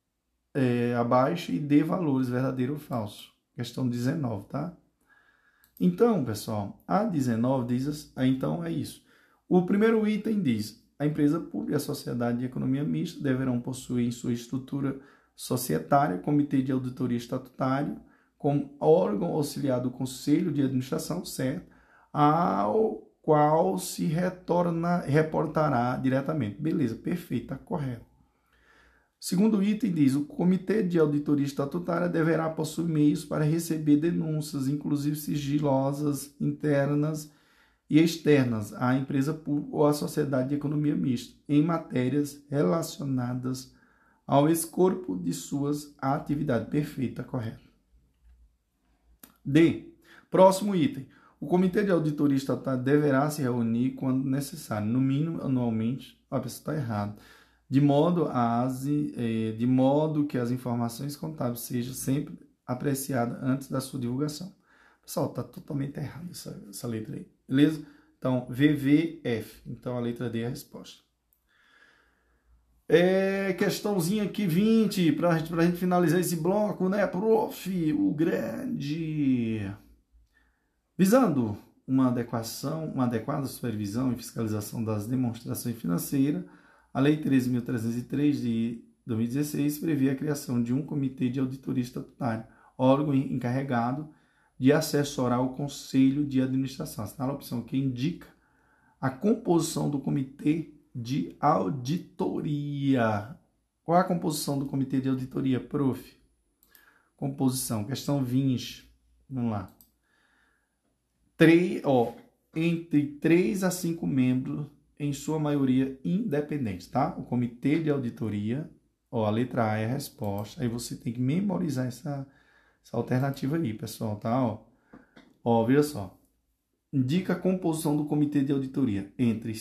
abaixo e dê valores verdadeiro ou falso. Questão 19, tá? Então, pessoal, a 19 diz, então é isso. O primeiro item diz, a empresa pública e a sociedade de economia mista deverão possuir em sua estrutura societária comitê de auditoria estatutário como órgão auxiliar do Conselho de Administração, certo? Ao qual se reportará diretamente. Beleza, perfeito, está correto. Segundo item diz, o Comitê de Auditoria Estatutária deverá possuir meios para receber denúncias, inclusive sigilosas, internas e externas à empresa pública ou à sociedade de economia mista, em matérias relacionadas ao escopo de suas atividades. Perfeito, está correto. D. Próximo item. O Comitê de Auditoria Estatutária deverá se reunir quando necessário, no mínimo anualmente. A pessoa está errada. De modo que as informações contábeis sejam sempre apreciadas antes da sua divulgação. Pessoal, está totalmente errado essa letra aí, beleza? Então, VVF. Então, a letra D é a resposta. Questãozinha aqui, 20, para a gente finalizar esse bloco, né, prof? O grande. Visando uma adequada supervisão e fiscalização das demonstrações financeiras, a Lei 13.303 de 2016 prevê a criação de um comitê de auditoria estatutária, órgão encarregado de assessorar o Conselho de Administração. Assinala a opção que indica a composição do comitê de auditoria. Qual é a composição do comitê de auditoria, prof? Composição, questão 20. Vamos lá. Entre 3 a 5 membros, em sua maioria independentes, tá? O comitê de auditoria, a letra A é a resposta. Aí você tem que memorizar essa alternativa aí, pessoal, tá? Veja só. Indica a composição do comitê de auditoria entre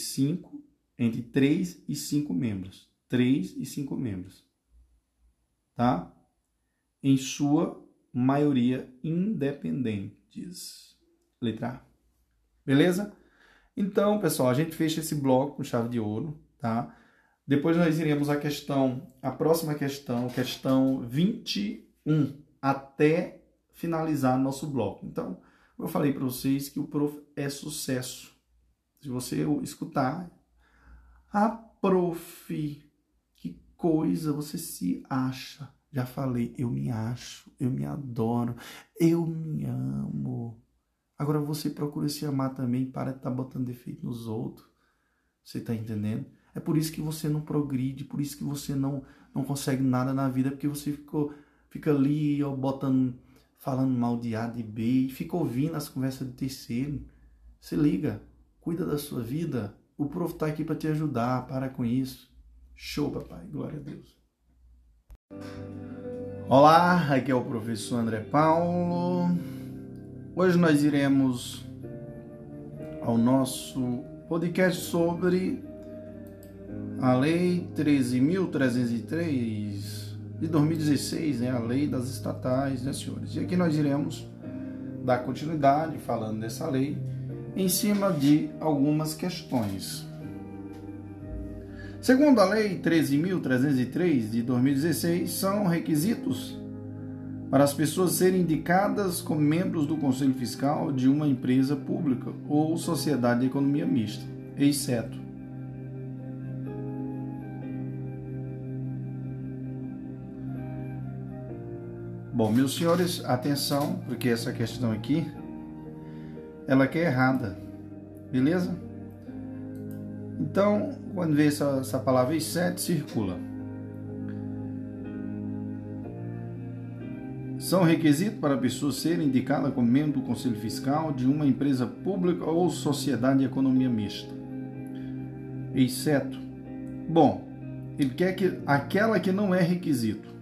3 e 5 membros. 3 e 5 membros, tá? Em sua maioria independentes. Letra A. Beleza? Então, pessoal, a gente fecha esse bloco com chave de ouro, tá? Depois nós iremos a próxima questão 21, até finalizar nosso bloco. Então, eu falei para vocês que o prof é sucesso. Se você escutar, prof, que coisa, você se acha. Já falei, eu me acho, eu me adoro, eu me amo. Agora você procura se amar também, para de estar botando defeito nos outros. Você está entendendo? É por isso que você não progride, por isso que você não consegue nada na vida, porque você fica ali, ó, falando mal de A, de B, e fica ouvindo as conversas de terceiro. Se liga, cuida da sua vida. O prof está aqui para te ajudar, para com isso. Show, papai, glória a Deus. Olá, aqui é o professor André Paulo. Hoje nós iremos ao nosso podcast sobre a Lei 13.303 de 2016, né? A Lei das Estatais, né, senhores? E aqui nós iremos dar continuidade falando dessa lei em cima de algumas questões. Segundo a Lei 13.303 de 2016, são requisitos para as pessoas serem indicadas como membros do Conselho Fiscal de uma empresa pública ou sociedade de economia mista, exceto Bom, meus senhores, atenção, porque essa questão aqui, ela que é errada, beleza? Então, quando vê essa palavra exceto, circula. São requisitos para a pessoa ser indicada como membro do Conselho Fiscal de uma empresa pública ou sociedade de economia mista, exceto, bom, ele quer que aquela que não é requisito.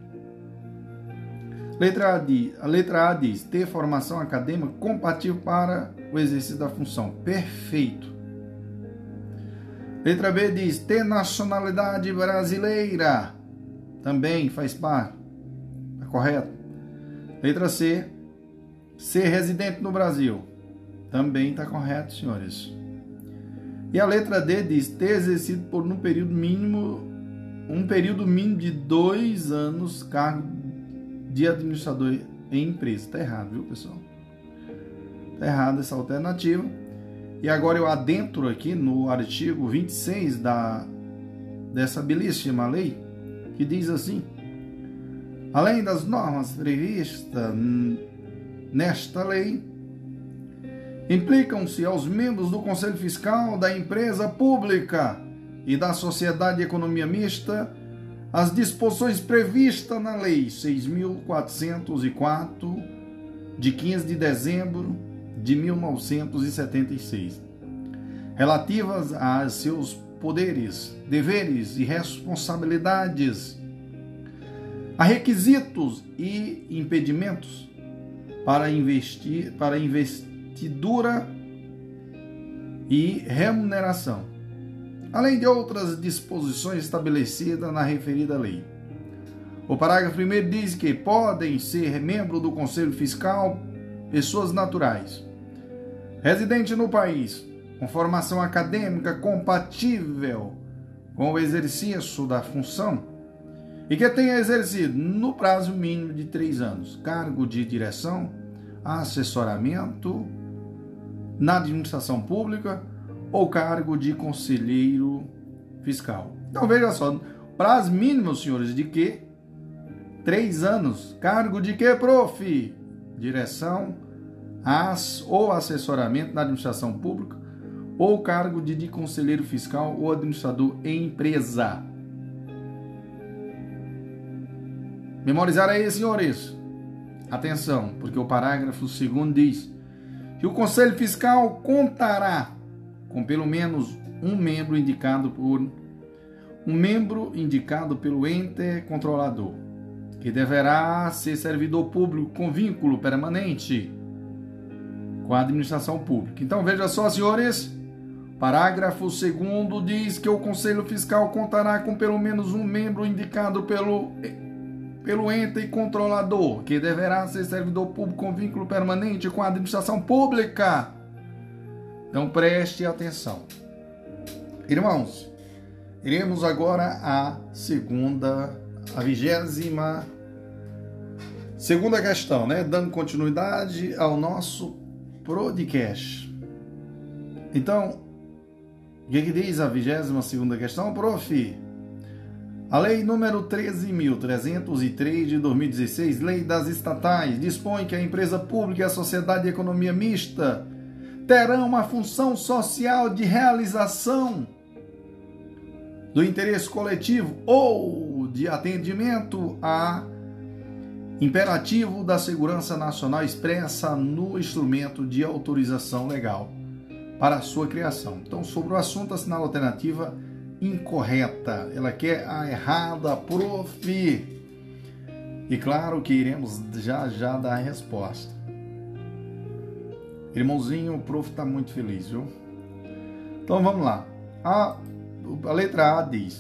A letra A diz ter formação acadêmica compatível para o exercício da função. Perfeito. Letra B diz ter nacionalidade brasileira. Também faz parte. Está correto. Letra C, ser residente no Brasil. Também está correto, senhores. E a letra D diz ter exercido por um período mínimo de 2 anos cargo de administrador em empresa. Está errado, viu, pessoal? Está errado essa alternativa. E agora eu adentro aqui no artigo 26 dessa belíssima lei, que diz assim: além das normas previstas nesta lei, implicam-se aos membros do Conselho Fiscal da empresa pública e da sociedade de economia mista as disposições previstas na Lei 6.404, de 15 de dezembro de 1976, relativas a seus poderes, deveres e responsabilidades, a requisitos e impedimentos para investidura e remuneração, além de outras disposições estabelecidas na referida lei. O parágrafo 1º diz que podem ser membro do Conselho Fiscal pessoas naturais, residente no país, com formação acadêmica compatível com o exercício da função e que tenha exercido, no prazo mínimo de 3 anos, cargo de direção, assessoramento na administração pública ou cargo de conselheiro fiscal. Então veja só, prazo mínimo, senhores, de que? 3 anos. Cargo de que, prof? Direção ou assessoramento na administração pública ou cargo de conselheiro fiscal ou administrador em empresa. Memorizar aí, senhores. Atenção, porque o parágrafo 2º diz que o Conselho Fiscal contará com pelo menos um membro indicado pelo ente controlador, que deverá ser servidor público com vínculo permanente com a administração pública. Então veja só, senhores, parágrafo 2º diz que o Conselho Fiscal contará com pelo menos um membro indicado pelo ente controlador, que deverá ser servidor público com vínculo permanente com a administração pública. Então preste atenção. Irmãos, iremos agora à 22ª questão, né? Dando continuidade ao nosso podcast. Então, o que diz a 22ª questão, prof? A Lei número 13.303 de 2016, Lei das Estatais, dispõe que a empresa pública e a sociedade de economia mista terão uma função social de realização do interesse coletivo ou de atendimento a imperativo da segurança nacional expressa no instrumento de autorização legal para a sua criação. Então, sobre o assunto, assinala a alternativa incorreta. Ela quer a errada, prof. E claro que iremos já dar a resposta. Irmãozinho, o prof está muito feliz, viu? Então, vamos lá. A letra A diz: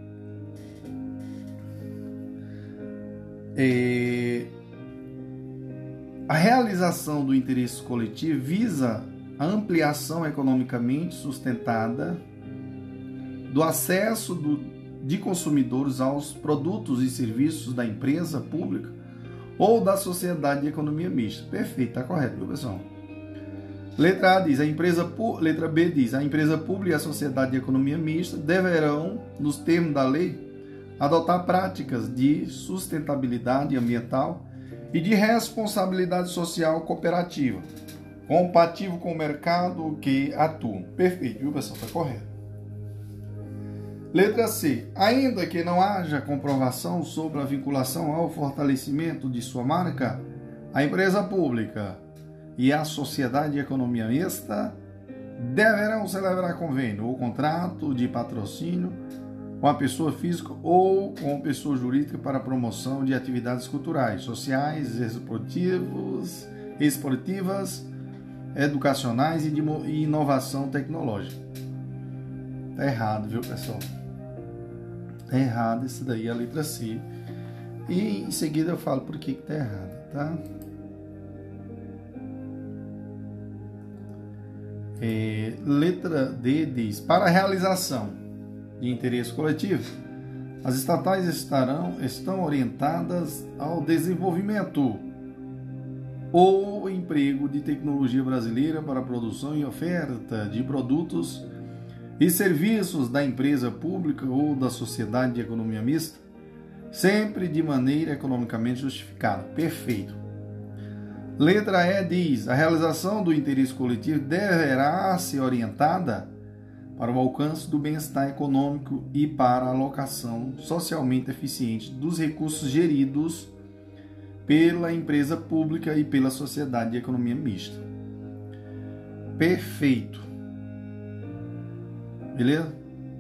a realização do interesse coletivo visa a ampliação economicamente sustentada do acesso de consumidores aos produtos e serviços da empresa pública ou da sociedade de economia mista. Perfeito, está correto, viu, pessoal? Letra A diz: letra B diz: a empresa pública e a sociedade de economia mista deverão, nos termos da lei, adotar práticas de sustentabilidade ambiental e de responsabilidade social cooperativa, compatível com o mercado que atua. Perfeito, viu, pessoal? Está correto. Letra C. Ainda que não haja comprovação sobre a vinculação ao fortalecimento de sua marca, a empresa pública e a sociedade de economia mista deverão celebrar convênio ou contrato de patrocínio com a pessoa física ou com a pessoa jurídica para a promoção de atividades culturais, sociais, esportivas, educacionais e de inovação tecnológica. Tá errado, viu, pessoal? Tá errado isso daí, a letra C. E em seguida eu falo por que tá errado, tá? Letra D diz: para a realização de interesse coletivo, as estatais estão orientadas ao desenvolvimento ou emprego de tecnologia brasileira para a produção e oferta de produtos e serviços da empresa pública ou da sociedade de economia mista, sempre de maneira economicamente justificada. Perfeito. Letra E diz: a realização do interesse coletivo deverá ser orientada para o alcance do bem-estar econômico e para a alocação socialmente eficiente dos recursos geridos pela empresa pública e pela sociedade de economia mista. Perfeito. Beleza?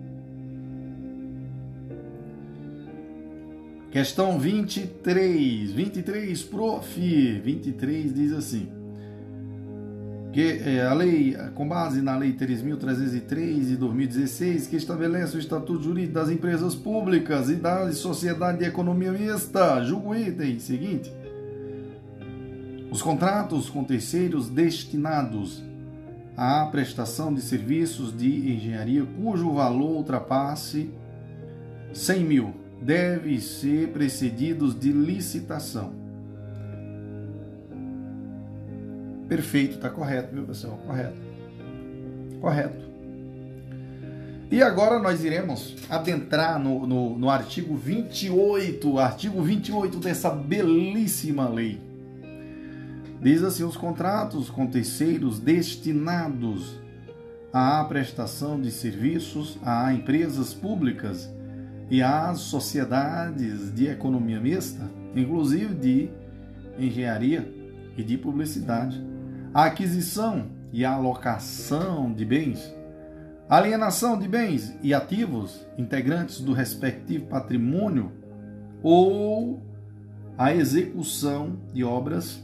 Questão 23. 23, prof. 23 diz assim: que a lei, com base na Lei 3.303 de 2016, que estabelece o Estatuto Jurídico das Empresas Públicas e da Sociedade de Economia Mista, julgo o item seguinte: os contratos com terceiros destinados à prestação de serviços de engenharia cujo valor ultrapasse 100 mil devem ser precedidos de licitação. Perfeito, está correto, viu, pessoal? Correto. E agora nós iremos adentrar no artigo 28 dessa belíssima lei. Diz assim: os contratos com terceiros destinados à prestação de serviços a empresas públicas e às sociedades de economia mista, inclusive de engenharia e de publicidade, a aquisição e a alocação de bens, alienação de bens e ativos integrantes do respectivo patrimônio ou a execução de obras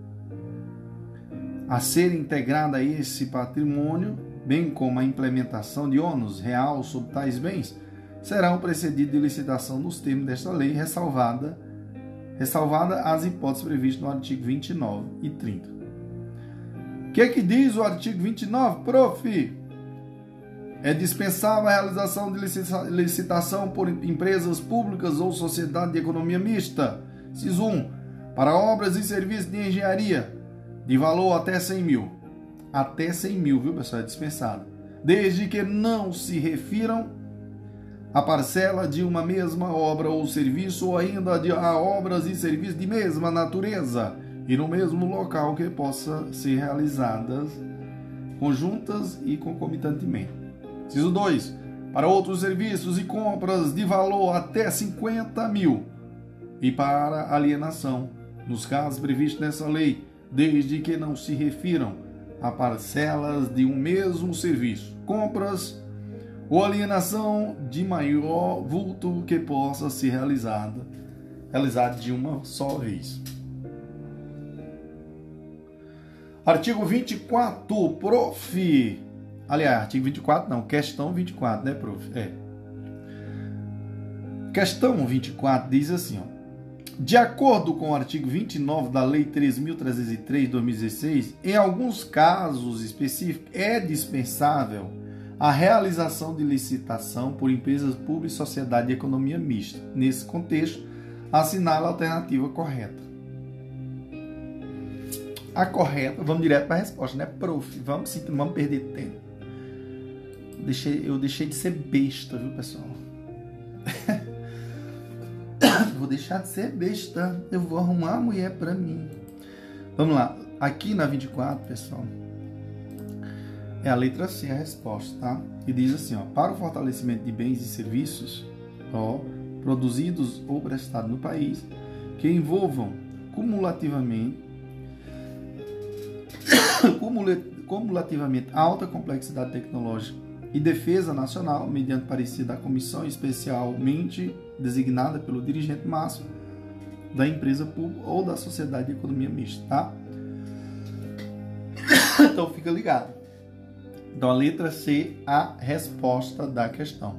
a ser integrada a esse patrimônio, bem como a implementação de ônus real sobre tais bens, serão precedidos de licitação nos termos desta lei, ressalvada as hipóteses previstas no artigo 29 e 30. O que diz o artigo 29, prof? É dispensável a realização de licitação por empresas públicas ou sociedade de economia mista, inciso 1, para obras e serviços de engenharia, de valor até 100 mil. Até 100 mil, viu, pessoal? É dispensado. Desde que não se refiram a parcela de uma mesma obra ou serviço, ou ainda a obras e serviços de mesma natureza e no mesmo local que possa ser realizadas conjuntas e concomitantemente. Inciso 2. para outros serviços e compras de valor até 50 mil e para alienação, nos casos previstos nessa lei, desde que não se refiram a parcelas de um mesmo serviço, compras ou alienação de maior vulto que possa ser realizada de uma só vez. Artigo 24, prof. Aliás, artigo 24 não, questão 24, né, prof? Questão 24 diz assim, ó. De acordo com o artigo 29 da Lei 13.303 de 2016, em alguns casos específicos é dispensável a realização de licitação por empresas públicas e sociedade de economia mista. Nesse contexto, assinala a alternativa correta. A correta, vamos direto para a resposta, né, prof? Vamos perder tempo. Eu deixei de ser besta, viu, pessoal? Vou deixar de ser besta. Eu vou arrumar a mulher para mim. Vamos lá. Aqui na 24, pessoal, é a letra C a resposta, tá? E diz assim, ó, para o fortalecimento de bens e serviços, ó, produzidos ou prestados no país, que envolvam cumulativamente alta complexidade tecnológica e defesa nacional, mediante parecer da comissão especialmente designada pelo dirigente máximo da empresa pública ou da sociedade de economia mista, tá? Então fica ligado. Então a letra C, a resposta da questão.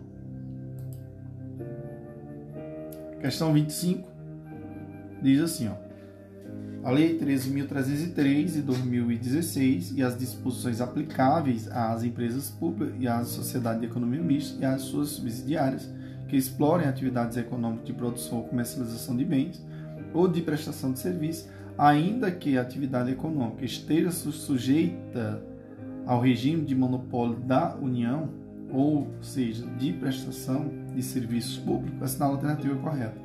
Questão 25 diz assim, ó. A Lei 13.303 de 2016 e as disposições aplicáveis às empresas públicas e às sociedades de economia mista e às suas subsidiárias que explorem atividades econômicas de produção ou comercialização de bens ou de prestação de serviços, ainda que a atividade econômica esteja sujeita ao regime de monopólio da União, ou seja, de prestação de serviços públicos, assinala a alternativa correta.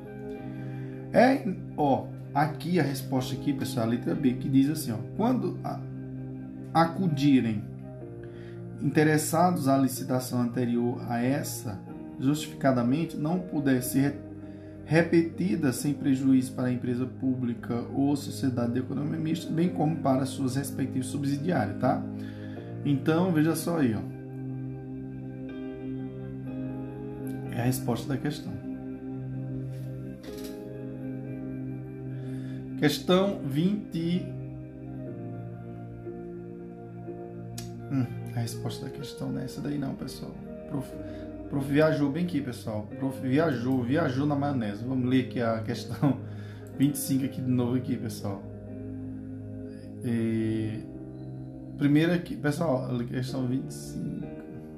Aqui a resposta aqui, pessoal, a letra B, que diz assim, ó, quando acudirem interessados à licitação anterior a essa, justificadamente não puder ser repetida sem prejuízo para a empresa pública ou sociedade de economia mista, bem como para suas respectivas subsidiárias, tá? Então, veja só aí, ó. É a resposta da questão. Questão 20. A resposta da questão não é essa daí não, pessoal. Prof viajou bem aqui, pessoal. Prof viajou na maionese. Vamos ler aqui a questão 25 aqui de novo aqui, pessoal. Primeiro aqui, pessoal, a questão 25.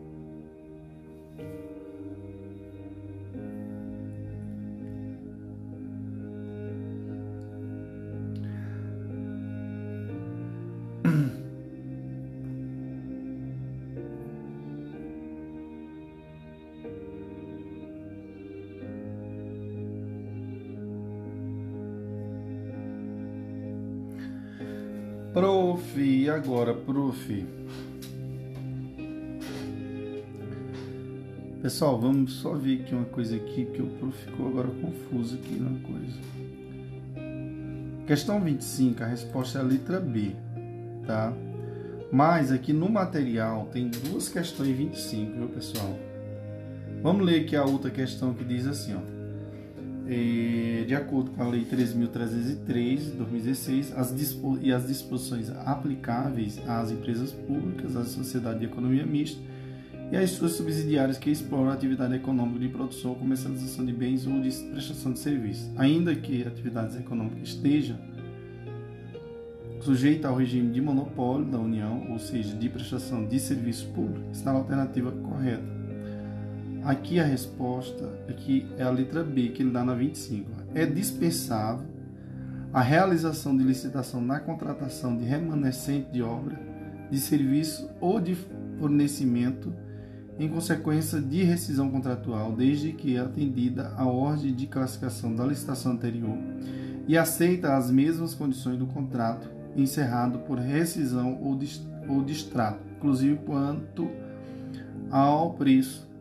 Prof, e agora, prof? Pessoal, vamos só ver aqui uma coisa aqui, que o prof ficou agora confuso aqui na coisa. Questão 25, a resposta é a letra B, tá? Mas aqui no material tem duas questões 25, viu, pessoal? Vamos ler aqui a outra questão que diz assim, ó. De acordo com a Lei 13.303 de 2016 e as disposições aplicáveis às empresas públicas, às sociedades de economia mista e às suas subsidiárias que exploram a atividade econômica de produção ou comercialização de bens ou de prestação de serviços, ainda que a atividade econômica esteja sujeita ao regime de monopólio da União, ou seja, de prestação de serviços públicos, está na alternativa correta. Aqui a resposta aqui é a letra B, que ele dá na 25. É dispensável a realização de licitação na contratação de remanescente de obra, de serviço ou de fornecimento em consequência de rescisão contratual, desde que atendida a ordem de classificação da licitação anterior e aceita as mesmas condições do contrato encerrado por rescisão ou distrato, inclusive quanto ao preço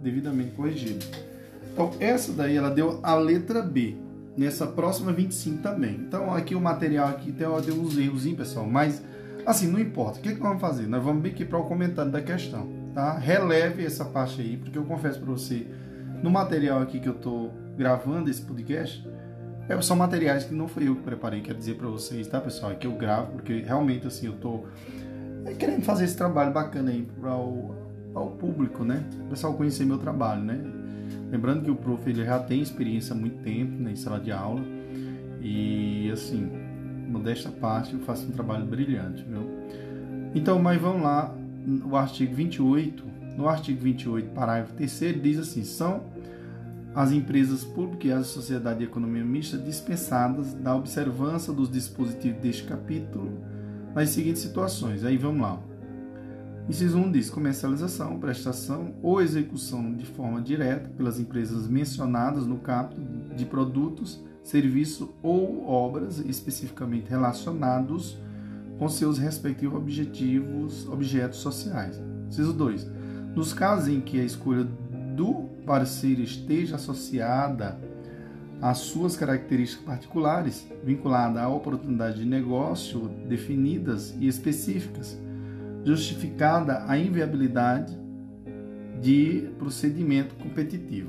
devidamente corrigido. Então, essa daí, ela deu a letra B. Nessa próxima 25 também. Então, aqui o material aqui tem uns erros, pessoal. Mas, assim, não importa. O que nós vamos fazer? Nós vamos aqui para o comentário da questão, tá? Releve essa parte aí, porque eu confesso para você, no material aqui que eu estou gravando esse podcast, são materiais que não foi eu que preparei, quero dizer para vocês, tá, pessoal? É que eu gravo, porque realmente, assim, eu estou querendo fazer esse trabalho bacana aí para o público, né? O pessoal conhecer meu trabalho, né? Lembrando que o prof ele já tem experiência há muito tempo, né, em sala de aula e, assim, modesta parte, eu faço um trabalho brilhante, viu? Então, mas vamos lá, o artigo 28, no artigo 28, parágrafo 3º, diz assim, são as empresas públicas e as sociedades de economia mista dispensadas da observância dos dispositivos deste capítulo nas seguintes situações. Aí vamos lá. Inciso 1 diz comercialização, prestação ou execução de forma direta pelas empresas mencionadas no capítulo de produtos, serviços ou obras especificamente relacionados com seus respectivos objetos sociais. Inciso 2. Nos casos em que a escolha do parceiro esteja associada às suas características particulares, vinculada a oportunidades de negócio definidas e específicas, justificada a inviabilidade de procedimento competitivo.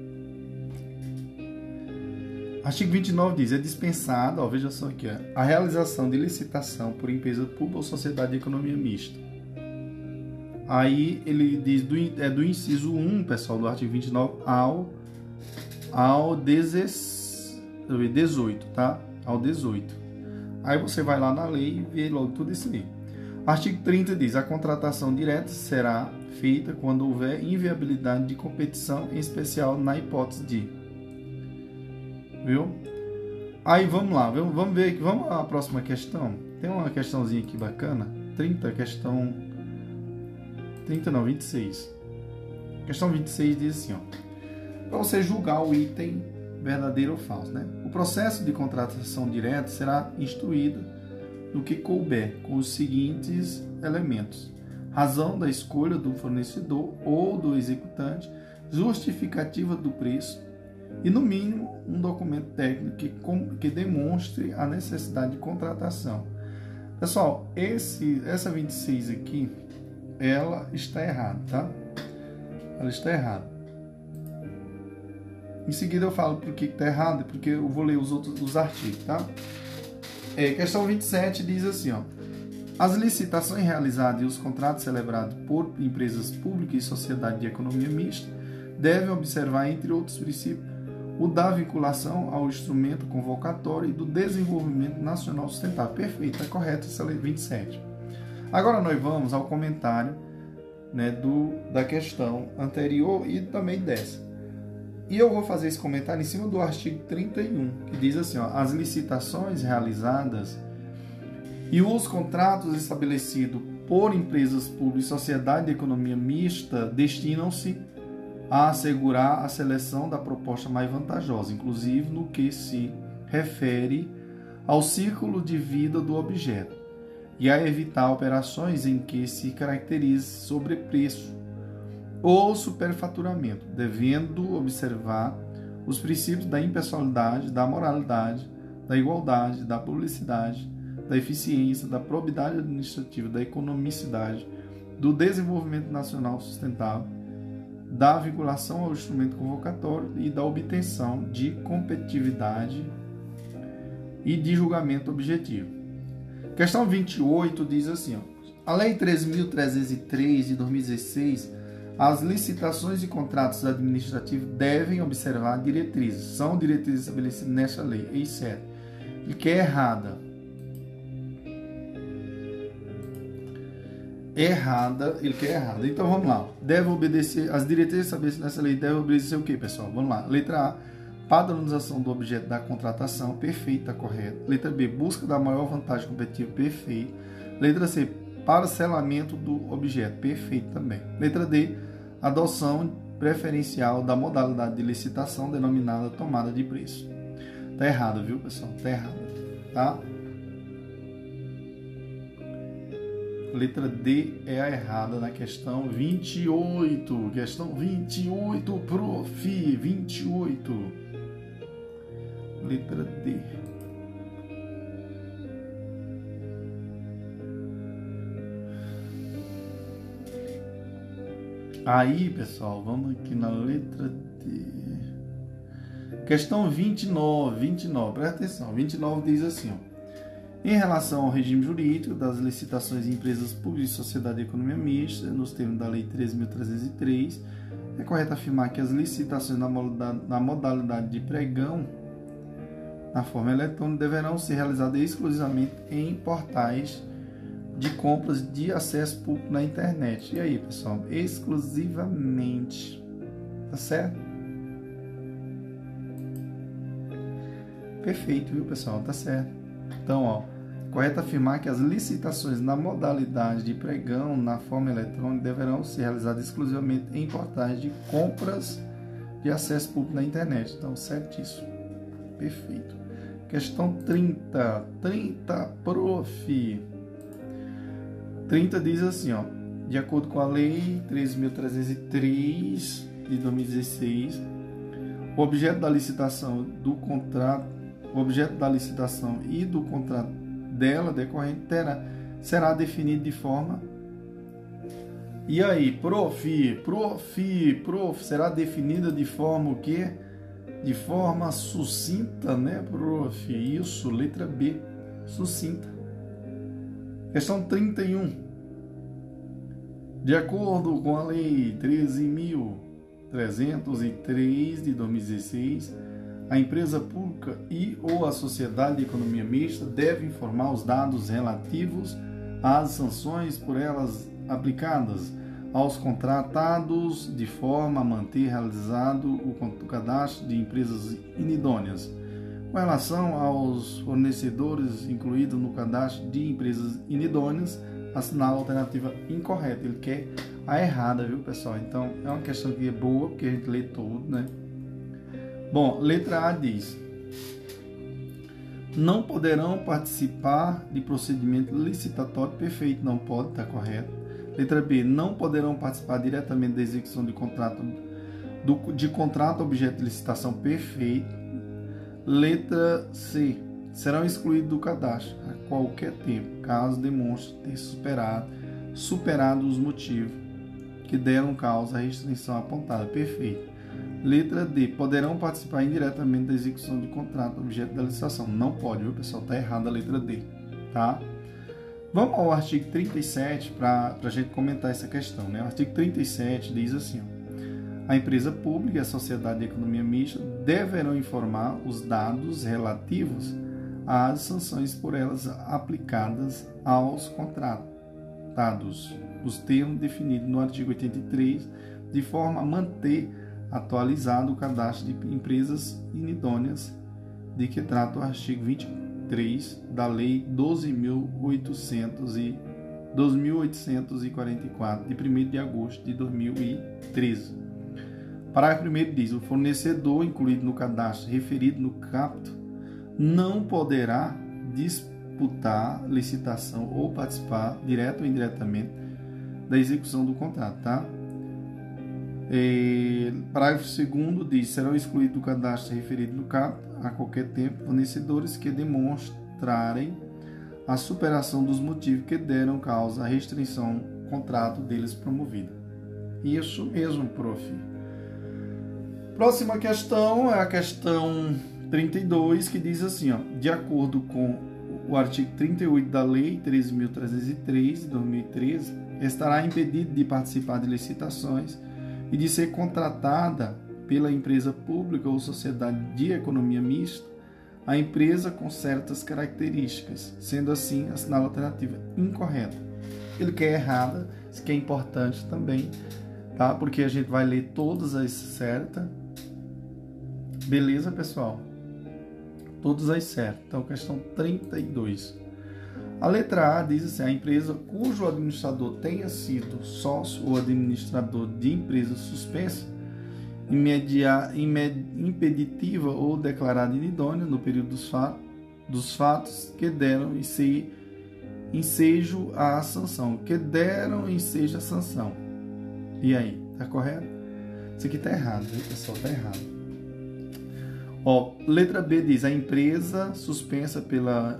Artigo 29 diz, é dispensada, veja só aqui, a realização de licitação por empresa pública ou sociedade de economia mista. Aí ele diz, do inciso 1, pessoal, do artigo 29 ao 18, tá? Ao 18. Aí você vai lá na lei e vê logo tudo isso aí. Artigo 30 diz, a contratação direta será feita quando houver inviabilidade de competição, em especial na hipótese de... Viu? Aí vamos lá, vamos ver aqui, vamos à próxima questão. Tem uma questãozinha aqui bacana, 26. Questão 26 diz assim, para você julgar o item verdadeiro ou falso, né? O processo de contratação direta será instruído no que couber, com os seguintes elementos: razão da escolha do fornecedor ou do executante, justificativa do preço e, no mínimo, um documento técnico que demonstre a necessidade de contratação. Pessoal, essa 26 aqui, ela está errada, tá? Ela está errada. Em seguida eu falo por que está errado, porque eu vou ler os artigos, tá? Questão 27 diz assim, as licitações realizadas e os contratos celebrados por empresas públicas e sociedade de economia mista devem observar, entre outros princípios, o da vinculação ao instrumento convocatório e do desenvolvimento nacional sustentável. Perfeito, está correto essa lei 27. Agora nós vamos ao comentário, né, da questão anterior e também dessa. E eu vou fazer esse comentário em cima do artigo 31, que diz assim, as licitações realizadas e os contratos estabelecidos por empresas públicas e sociedade de economia mista destinam-se a assegurar a seleção da proposta mais vantajosa, inclusive no que se refere ao ciclo de vida do objeto, e a evitar operações em que se caracterize sobrepreço ou superfaturamento, devendo observar os princípios da impessoalidade, da moralidade, da igualdade, da publicidade, da eficiência, da probidade administrativa, da economicidade, do desenvolvimento nacional sustentável, da vinculação ao instrumento convocatório e da obtenção de competitividade e de julgamento objetivo. Questão 28 diz assim, a Lei 13.303 de 2016, as licitações e contratos administrativos devem observar diretrizes. São diretrizes estabelecidas nesta lei, etc. E que é errada. Ele quer errada. Então vamos lá. Deve obedecer, as diretrizes estabelecidas nessa lei devem obedecer o que, pessoal? Vamos lá. Letra A, padronização do objeto da contratação, perfeita, correto. Letra B, busca da maior vantagem competitiva, perfeito. Letra C, parcelamento do objeto, perfeito também. Letra D, adoção preferencial da modalidade de licitação denominada tomada de preço. Tá errado, viu, pessoal? Tá errado, tá? letra D é a errada na questão 28. Questão 28, prof. 28. Letra D. Aí, pessoal, vamos aqui na letra D. Questão 29, presta atenção. 29 diz assim, ó. Em relação ao regime jurídico das licitações em empresas públicas e sociedade de economia mista, nos termos da Lei 13.303, é correto afirmar que as licitações na modalidade de pregão, na forma eletrônica, deverão ser realizadas exclusivamente em portais de compras de acesso público na internet. E aí, pessoal? Exclusivamente. Tá certo? Perfeito, viu, pessoal? Tá certo. Então, ó, correto afirmar que as licitações na modalidade de pregão na forma eletrônica deverão ser realizadas exclusivamente em portais de compras de acesso público na internet. Então, certíssimo. Perfeito. Questão 30. 30, prof. 30 diz assim, ó. De acordo com a Lei 13.303 de 2016, o objeto da licitação e do contrato dela decorrente será definido de forma... E aí, prof, será definida de forma o quê? De forma sucinta, né, prof? Isso, letra B, sucinta. Questão 31. De acordo com a Lei 13.303 de 2016, a empresa pública e ou a sociedade de economia mista deve informar os dados relativos às sanções por elas aplicadas aos contratados de forma a manter realizado o cadastro de empresas inidôneas. Com relação aos fornecedores incluídos no cadastro de empresas inidôneas, assinar a alternativa incorreta. Ele quer a errada, viu, pessoal? Então, é uma questão que é boa, porque a gente lê tudo, né? Bom, letra A diz: não poderão participar de procedimento licitatório. Perfeito, não pode, está correto. Letra B, não poderão participar diretamente da execução de contrato objeto de licitação. Perfeito. Letra C, serão excluídos do cadastro a qualquer tempo, caso demonstre ter superado os motivos que deram causa à restrição apontada. Perfeito. Letra D, poderão participar indiretamente da execução de contrato objeto da licitação. Não pode, viu, pessoal? Está errada a letra D, tá? Vamos ao artigo 37 para a gente comentar essa questão, né? O artigo 37 diz assim, ó: a empresa pública e a sociedade de economia mista deverão informar os dados relativos às sanções por elas aplicadas aos contratados, os termos definidos no artigo 83, de forma a manter atualizado o cadastro de empresas inidôneas de que trata o artigo 23 da Lei 12.844, de 1º de agosto de 2013. Parágrafo 1º diz: o fornecedor incluído no cadastro referido no caput não poderá disputar licitação ou participar, direto ou indiretamente, da execução do contrato, tá? Parágrafo 2º diz: serão excluídos do cadastro referido no caput, a qualquer tempo, fornecedores que demonstrarem a superação dos motivos que deram causa à restrição do contrato deles promovida. Isso mesmo, prof. Próxima questão é a questão 32, que diz assim, ó: de acordo com o artigo 38 da Lei 13.303 de 2013, estará impedido de participar de licitações e de ser contratada pela empresa pública ou sociedade de economia mista a empresa com certas características, sendo assim assinala a alternativa incorreta. Ele quer errada, isso que é importante também, tá? Porque a gente vai ler todas as certas. Beleza, pessoal? Todas as certas. Então, questão 32. A letra A diz assim: a empresa cujo administrador tenha sido sócio ou administrador de empresa suspensa, impeditiva ou declarada inidônea no período dos fatos que deram e se ensejo à sanção. Que deram ensejo à sanção. E aí, tá correto? Isso aqui tá errado, viu, pessoal? Tá errado. Ó, letra B diz: a empresa suspensa pela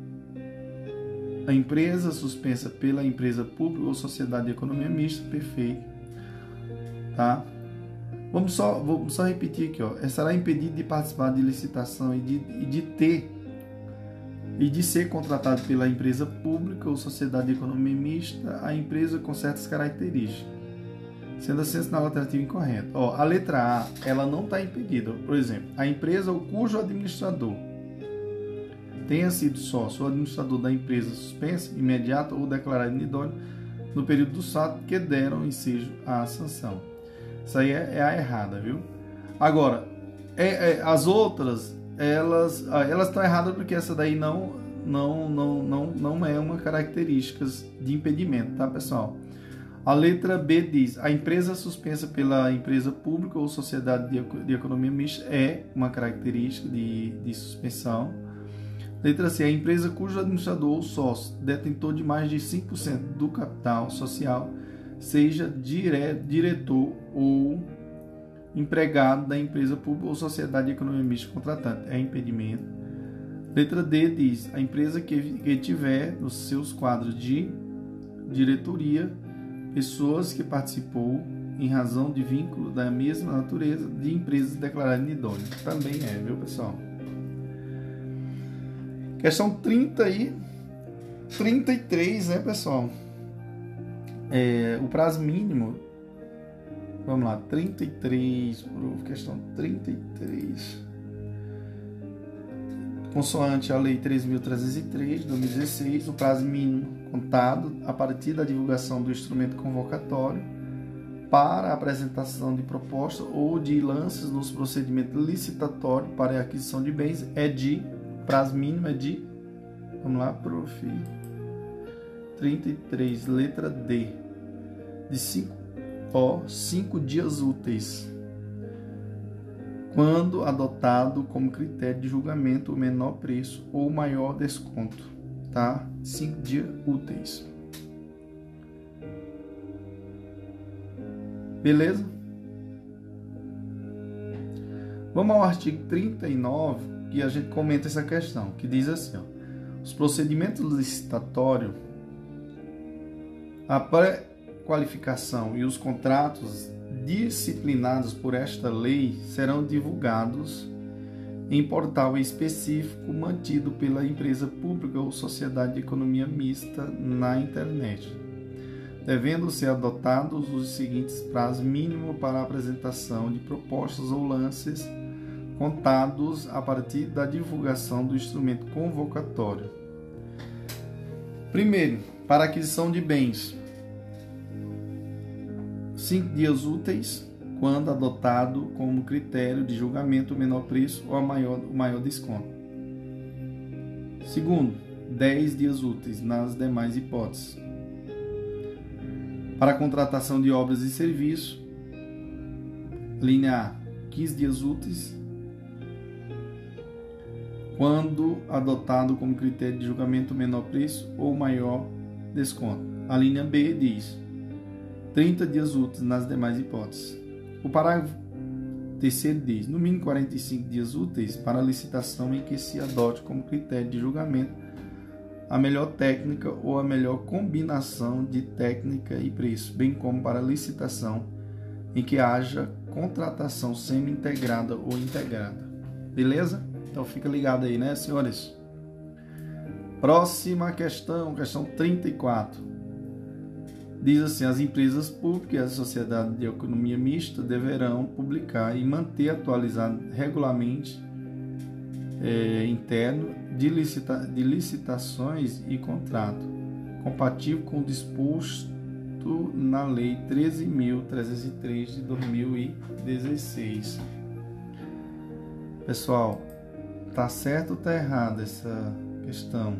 empresa pública ou sociedade de economia mista. Perfeito. Tá? Vamos só repetir aqui, ó. Será impedido de participar de licitação e de ser contratado pela empresa pública ou sociedade de economia mista a empresa com certas características, sendo assim assinalado alternativo incorreto. Ó, a letra A, ela não está impedida. Por exemplo, a empresa cujo administrador tenha sido sócio ou administrador da empresa suspensa, imediata ou declarado inidôneo no período do fato que deram ensejo à sanção. Isso aí é a errada, viu? Agora, as outras, elas estão erradas porque essa daí não é uma característica de impedimento, tá, pessoal? A letra B diz: a empresa suspensa pela empresa pública ou sociedade de economia mista é uma característica de suspensão. Letra C: a empresa cujo administrador ou sócio, detentor de mais de 5% do capital social, seja diretor ou empregado da empresa pública ou sociedade de economia mista contratante. É impedimento. Letra D diz: a empresa que tiver nos seus quadros de diretoria pessoas que participou em razão de vínculo da mesma natureza de empresas declaradas inidôneas. Também é, viu, pessoal? Questão 30 e 33, né, pessoal? O prazo mínimo, vamos lá, 33, questão 33. Consoante a Lei 3.303 de 2016, o prazo mínimo contado a partir da divulgação do instrumento convocatório para a apresentação de proposta ou de lances nos procedimentos licitatórios para a aquisição de bens prazo mínimo é de, vamos lá, prof. 33, letra D, de 5 dias úteis, quando adotado como critério de julgamento o menor preço ou maior desconto, tá? 5 dias úteis. Beleza? Vamos ao artigo 39, que a gente comenta essa questão, que diz assim, ó: os procedimentos licitatórios, a pré-qualificação e os contratos disciplinados por esta lei serão divulgados em portal específico mantido pela empresa pública ou sociedade de economia mista na internet, devendo ser adotados os seguintes prazos mínimos para a apresentação de propostas ou lances contados a partir da divulgação do instrumento convocatório. Primeiro, para aquisição de bens, 5 dias úteis, quando adotado como critério de julgamento o menor preço ou o maior desconto. Segundo, 10 dias úteis nas demais hipóteses. Para a contratação de obras e serviços, linha A, 15 dias úteis, quando adotado como critério de julgamento o menor preço ou maior desconto. A linha B diz 30 dias úteis nas demais hipóteses. O parágrafo terceiro diz: no mínimo 45 dias úteis para a licitação em que se adote como critério de julgamento a melhor técnica ou a melhor combinação de técnica e preço, bem como para a licitação em que haja contratação semi-integrada ou integrada. Beleza? Então fica ligado aí, né, senhores? Próxima questão, questão 34. Diz assim: as empresas públicas e as sociedades de economia mista deverão publicar e manter atualizado regularmente interno de licitações e contrato, compatível com o disposto na Lei 13.303 de 2016. Pessoal, tá certo ou tá errada essa questão?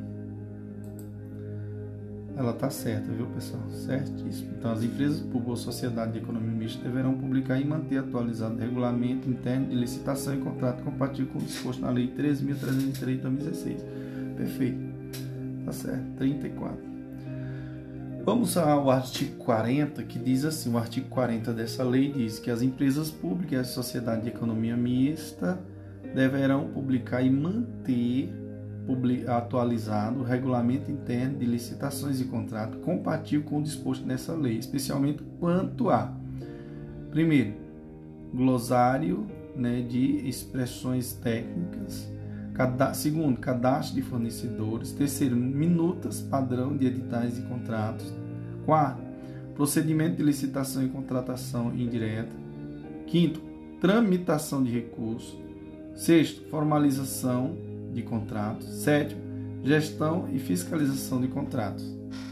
Ela tá certa, viu, pessoal? Certíssimo. Então, as empresas públicas ou sociedade de economia mista deverão publicar e manter atualizado regulamento interno de licitação e contrato compatível com o disposto na Lei 13.303 de 2016. Perfeito. Tá certo? 34. Vamos ao artigo 40, que diz assim, o artigo 40 dessa lei diz que as empresas públicas e a sociedade de economia mista deverão publicar e manter atualizado o regulamento interno de licitações e contrato compatível com o disposto nessa lei, especialmente quanto a, primeiro, glossário, né, de expressões técnicas, segundo, cadastro de fornecedores, terceiro, minutas padrão de editais e contratos, quarto, procedimento de licitação e contratação indireta, quinto, tramitação de recursos, sexto, formalização de contratos, sétimo, gestão e fiscalização de contratos,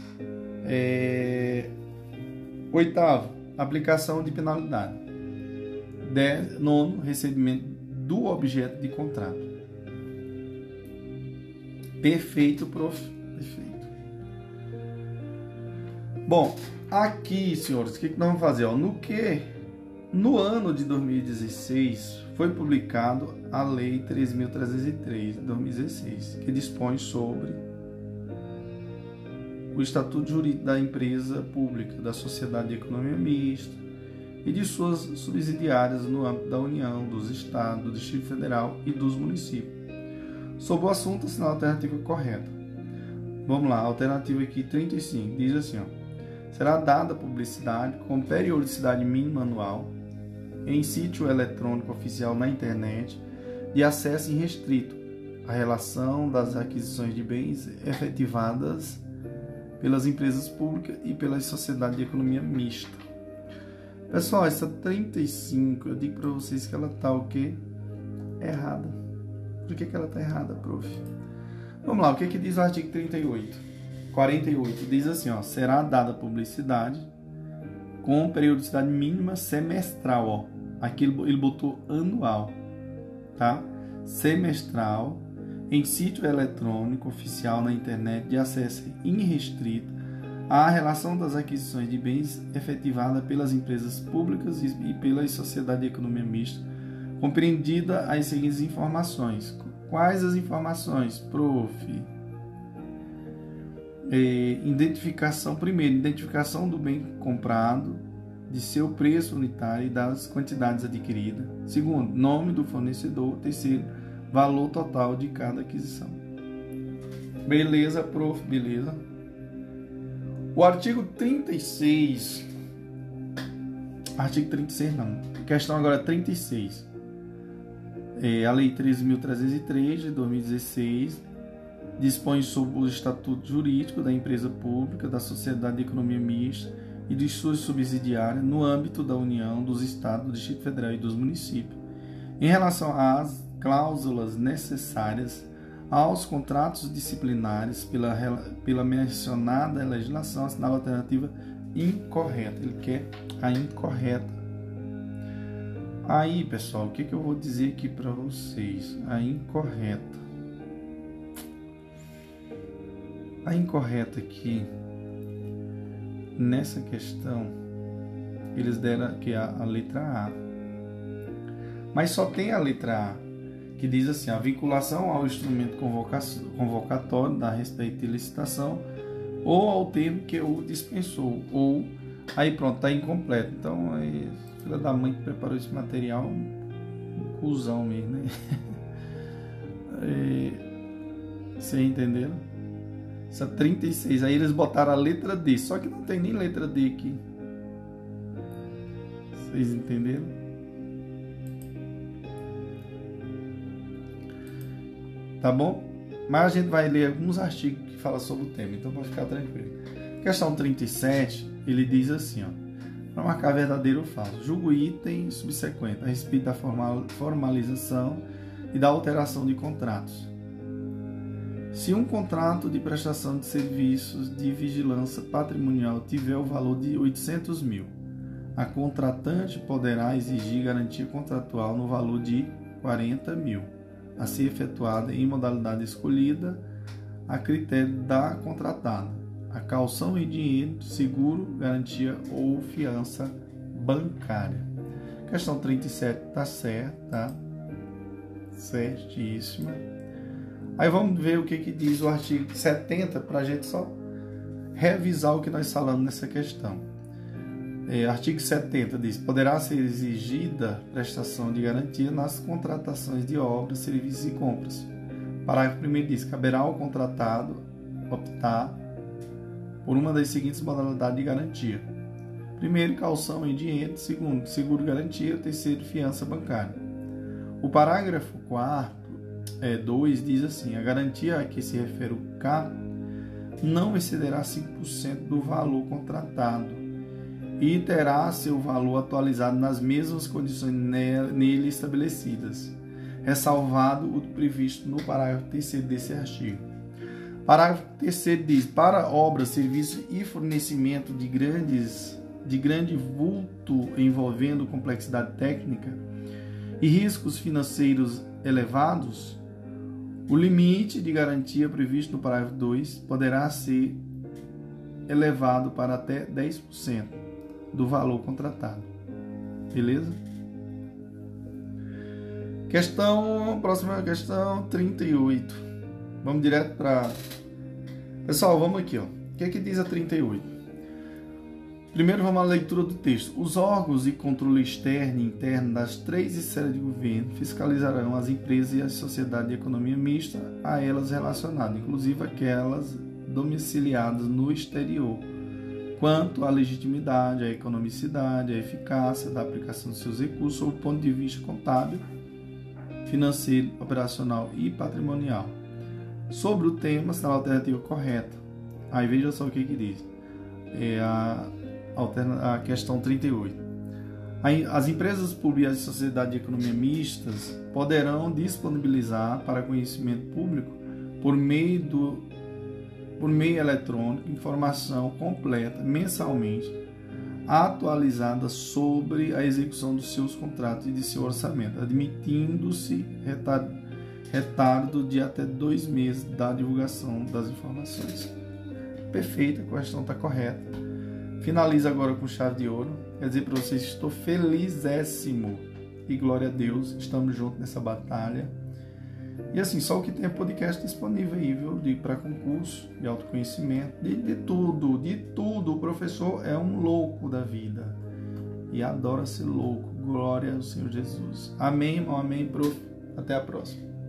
oitavo, aplicação de penalidade, nono, recebimento do objeto de contrato. Perfeito, prof. Perfeito. Bom, aqui, senhores, o que nós vamos fazer? No ano de 2016, foi publicado a Lei 3.303 de 2016, que dispõe sobre o Estatuto Jurídico da Empresa Pública, da Sociedade de Economia Mista e de suas subsidiárias no âmbito da União, dos Estados, do Distrito Federal e dos municípios. Sobre o assunto, assinar a alternativa correta. Vamos lá, a alternativa aqui 35, diz assim, será dada publicidade com periodicidade mínima anual em sítio eletrônico oficial na internet de acesso irrestrito à relação das aquisições de bens efetivadas pelas empresas públicas e pelas sociedades de economia mista. Pessoal, essa 35, eu digo para vocês que ela está o quê? Errada. Por que ela está errada, prof? Vamos lá, o que diz o artigo 38? 48 diz assim, será dada publicidade com periodicidade mínima semestral, aqui ele botou anual, tá? Semestral, em sítio eletrônico oficial na internet de acesso irrestrito à relação das aquisições de bens efetivada pelas empresas públicas e pelas sociedades de economia mista, compreendida as seguintes informações. Quais as informações, prof? Identificação, primeiro, identificação do bem comprado, de seu preço unitário e das quantidades adquiridas. Segundo, nome do fornecedor. Terceiro, valor total de cada aquisição. Beleza, prof? Beleza. O artigo 36, não, questão agora 36. A Lei 13.303 de 2016 dispõe sobre o Estatuto Jurídico da Empresa Pública, da Sociedade de Economia Mista e de suas subsidiárias no âmbito da União, dos Estados, do Distrito Federal e dos municípios. Em relação às cláusulas necessárias aos contratos disciplinares pela mencionada legislação, assinala a alternativa incorreta. Ele quer a incorreta. Aí, pessoal, o que eu vou dizer aqui para vocês? A incorreta. A incorreta aqui, nessa questão, eles deram aqui a letra A. Mas só tem a letra A, que diz assim, a vinculação ao instrumento convocatório da respeito de licitação ou ao termo que o dispensou, ou aí pronto, está incompleto. Então, filha da mãe que preparou esse material, um cuzão mesmo, né? Vocês entenderam? Essa 36, aí eles botaram a letra D, só que não tem nem letra D aqui. Vocês entenderam? Tá bom? Mas a gente vai ler alguns artigos que falam sobre o tema, então pode ficar tranquilo. Questão 37, ele diz assim, para marcar verdadeiro ou falso, julgo o item subsequente a respeito da formalização e da alteração de contratos. Se um contrato de prestação de serviços de vigilância patrimonial tiver o valor de 800 mil, a contratante poderá exigir garantia contratual no valor de 40 mil, a ser efetuada em modalidade escolhida a critério da contratada, a caução em dinheiro, seguro, garantia ou fiança bancária. Questão 37 está certa, tá? Certíssima. Aí vamos ver o que diz o artigo 70 para a gente só revisar o que nós falamos nessa questão. Artigo 70 diz: poderá ser exigida prestação de garantia nas contratações de obras, serviços e compras. Parágrafo 1º diz: caberá ao contratado optar por uma das seguintes modalidades de garantia. Primeiro, caução em dinheiro. Segundo, seguro-garantia. Terceiro, fiança bancária. O parágrafo 2 diz assim: a garantia a que se refere o K não excederá 5% do valor contratado e terá seu valor atualizado nas mesmas condições nele estabelecidas, ressalvado o previsto no parágrafo 3º desse artigo. Parágrafo 3º diz: para obras, serviços e fornecimento de grande vulto envolvendo complexidade técnica e riscos financeiros elevados, o limite de garantia previsto no parágrafo 2 poderá ser elevado para até 10% do valor contratado. Beleza? Próxima questão 38. Vamos direto para... Pessoal, vamos aqui, ó. O que diz a 38? Primeiro vamos à leitura do texto. Os órgãos de controle externo e interno das 3 esferas de governo fiscalizarão as empresas e as sociedades de economia mista a elas relacionadas, inclusive aquelas domiciliadas no exterior, quanto à legitimidade, à economicidade, à eficácia da aplicação de seus recursos sob o ponto de vista contábil, financeiro, operacional e patrimonial. Sobre o tema, será a alternativa correta. Aí veja só o que diz. A questão 38. As empresas públicas e sociedades de economia mistas poderão disponibilizar para conhecimento público, por meio eletrônico, informação completa, mensalmente, atualizada sobre a execução dos seus contratos e de seu orçamento, admitindo-se retardo de até 2 meses da divulgação das informações. Perfeito, a questão está correta. Finaliza agora com chave de ouro. Quer dizer para vocês que estou felizéssimo e glória a Deus, estamos juntos nessa batalha. E assim, só o que tem é podcast disponível aí, viu? Para concurso, de autoconhecimento, de tudo. O professor é um louco da vida e adora ser louco. Glória ao Senhor Jesus. Amém, irmão? Amém, prof. Até a próxima.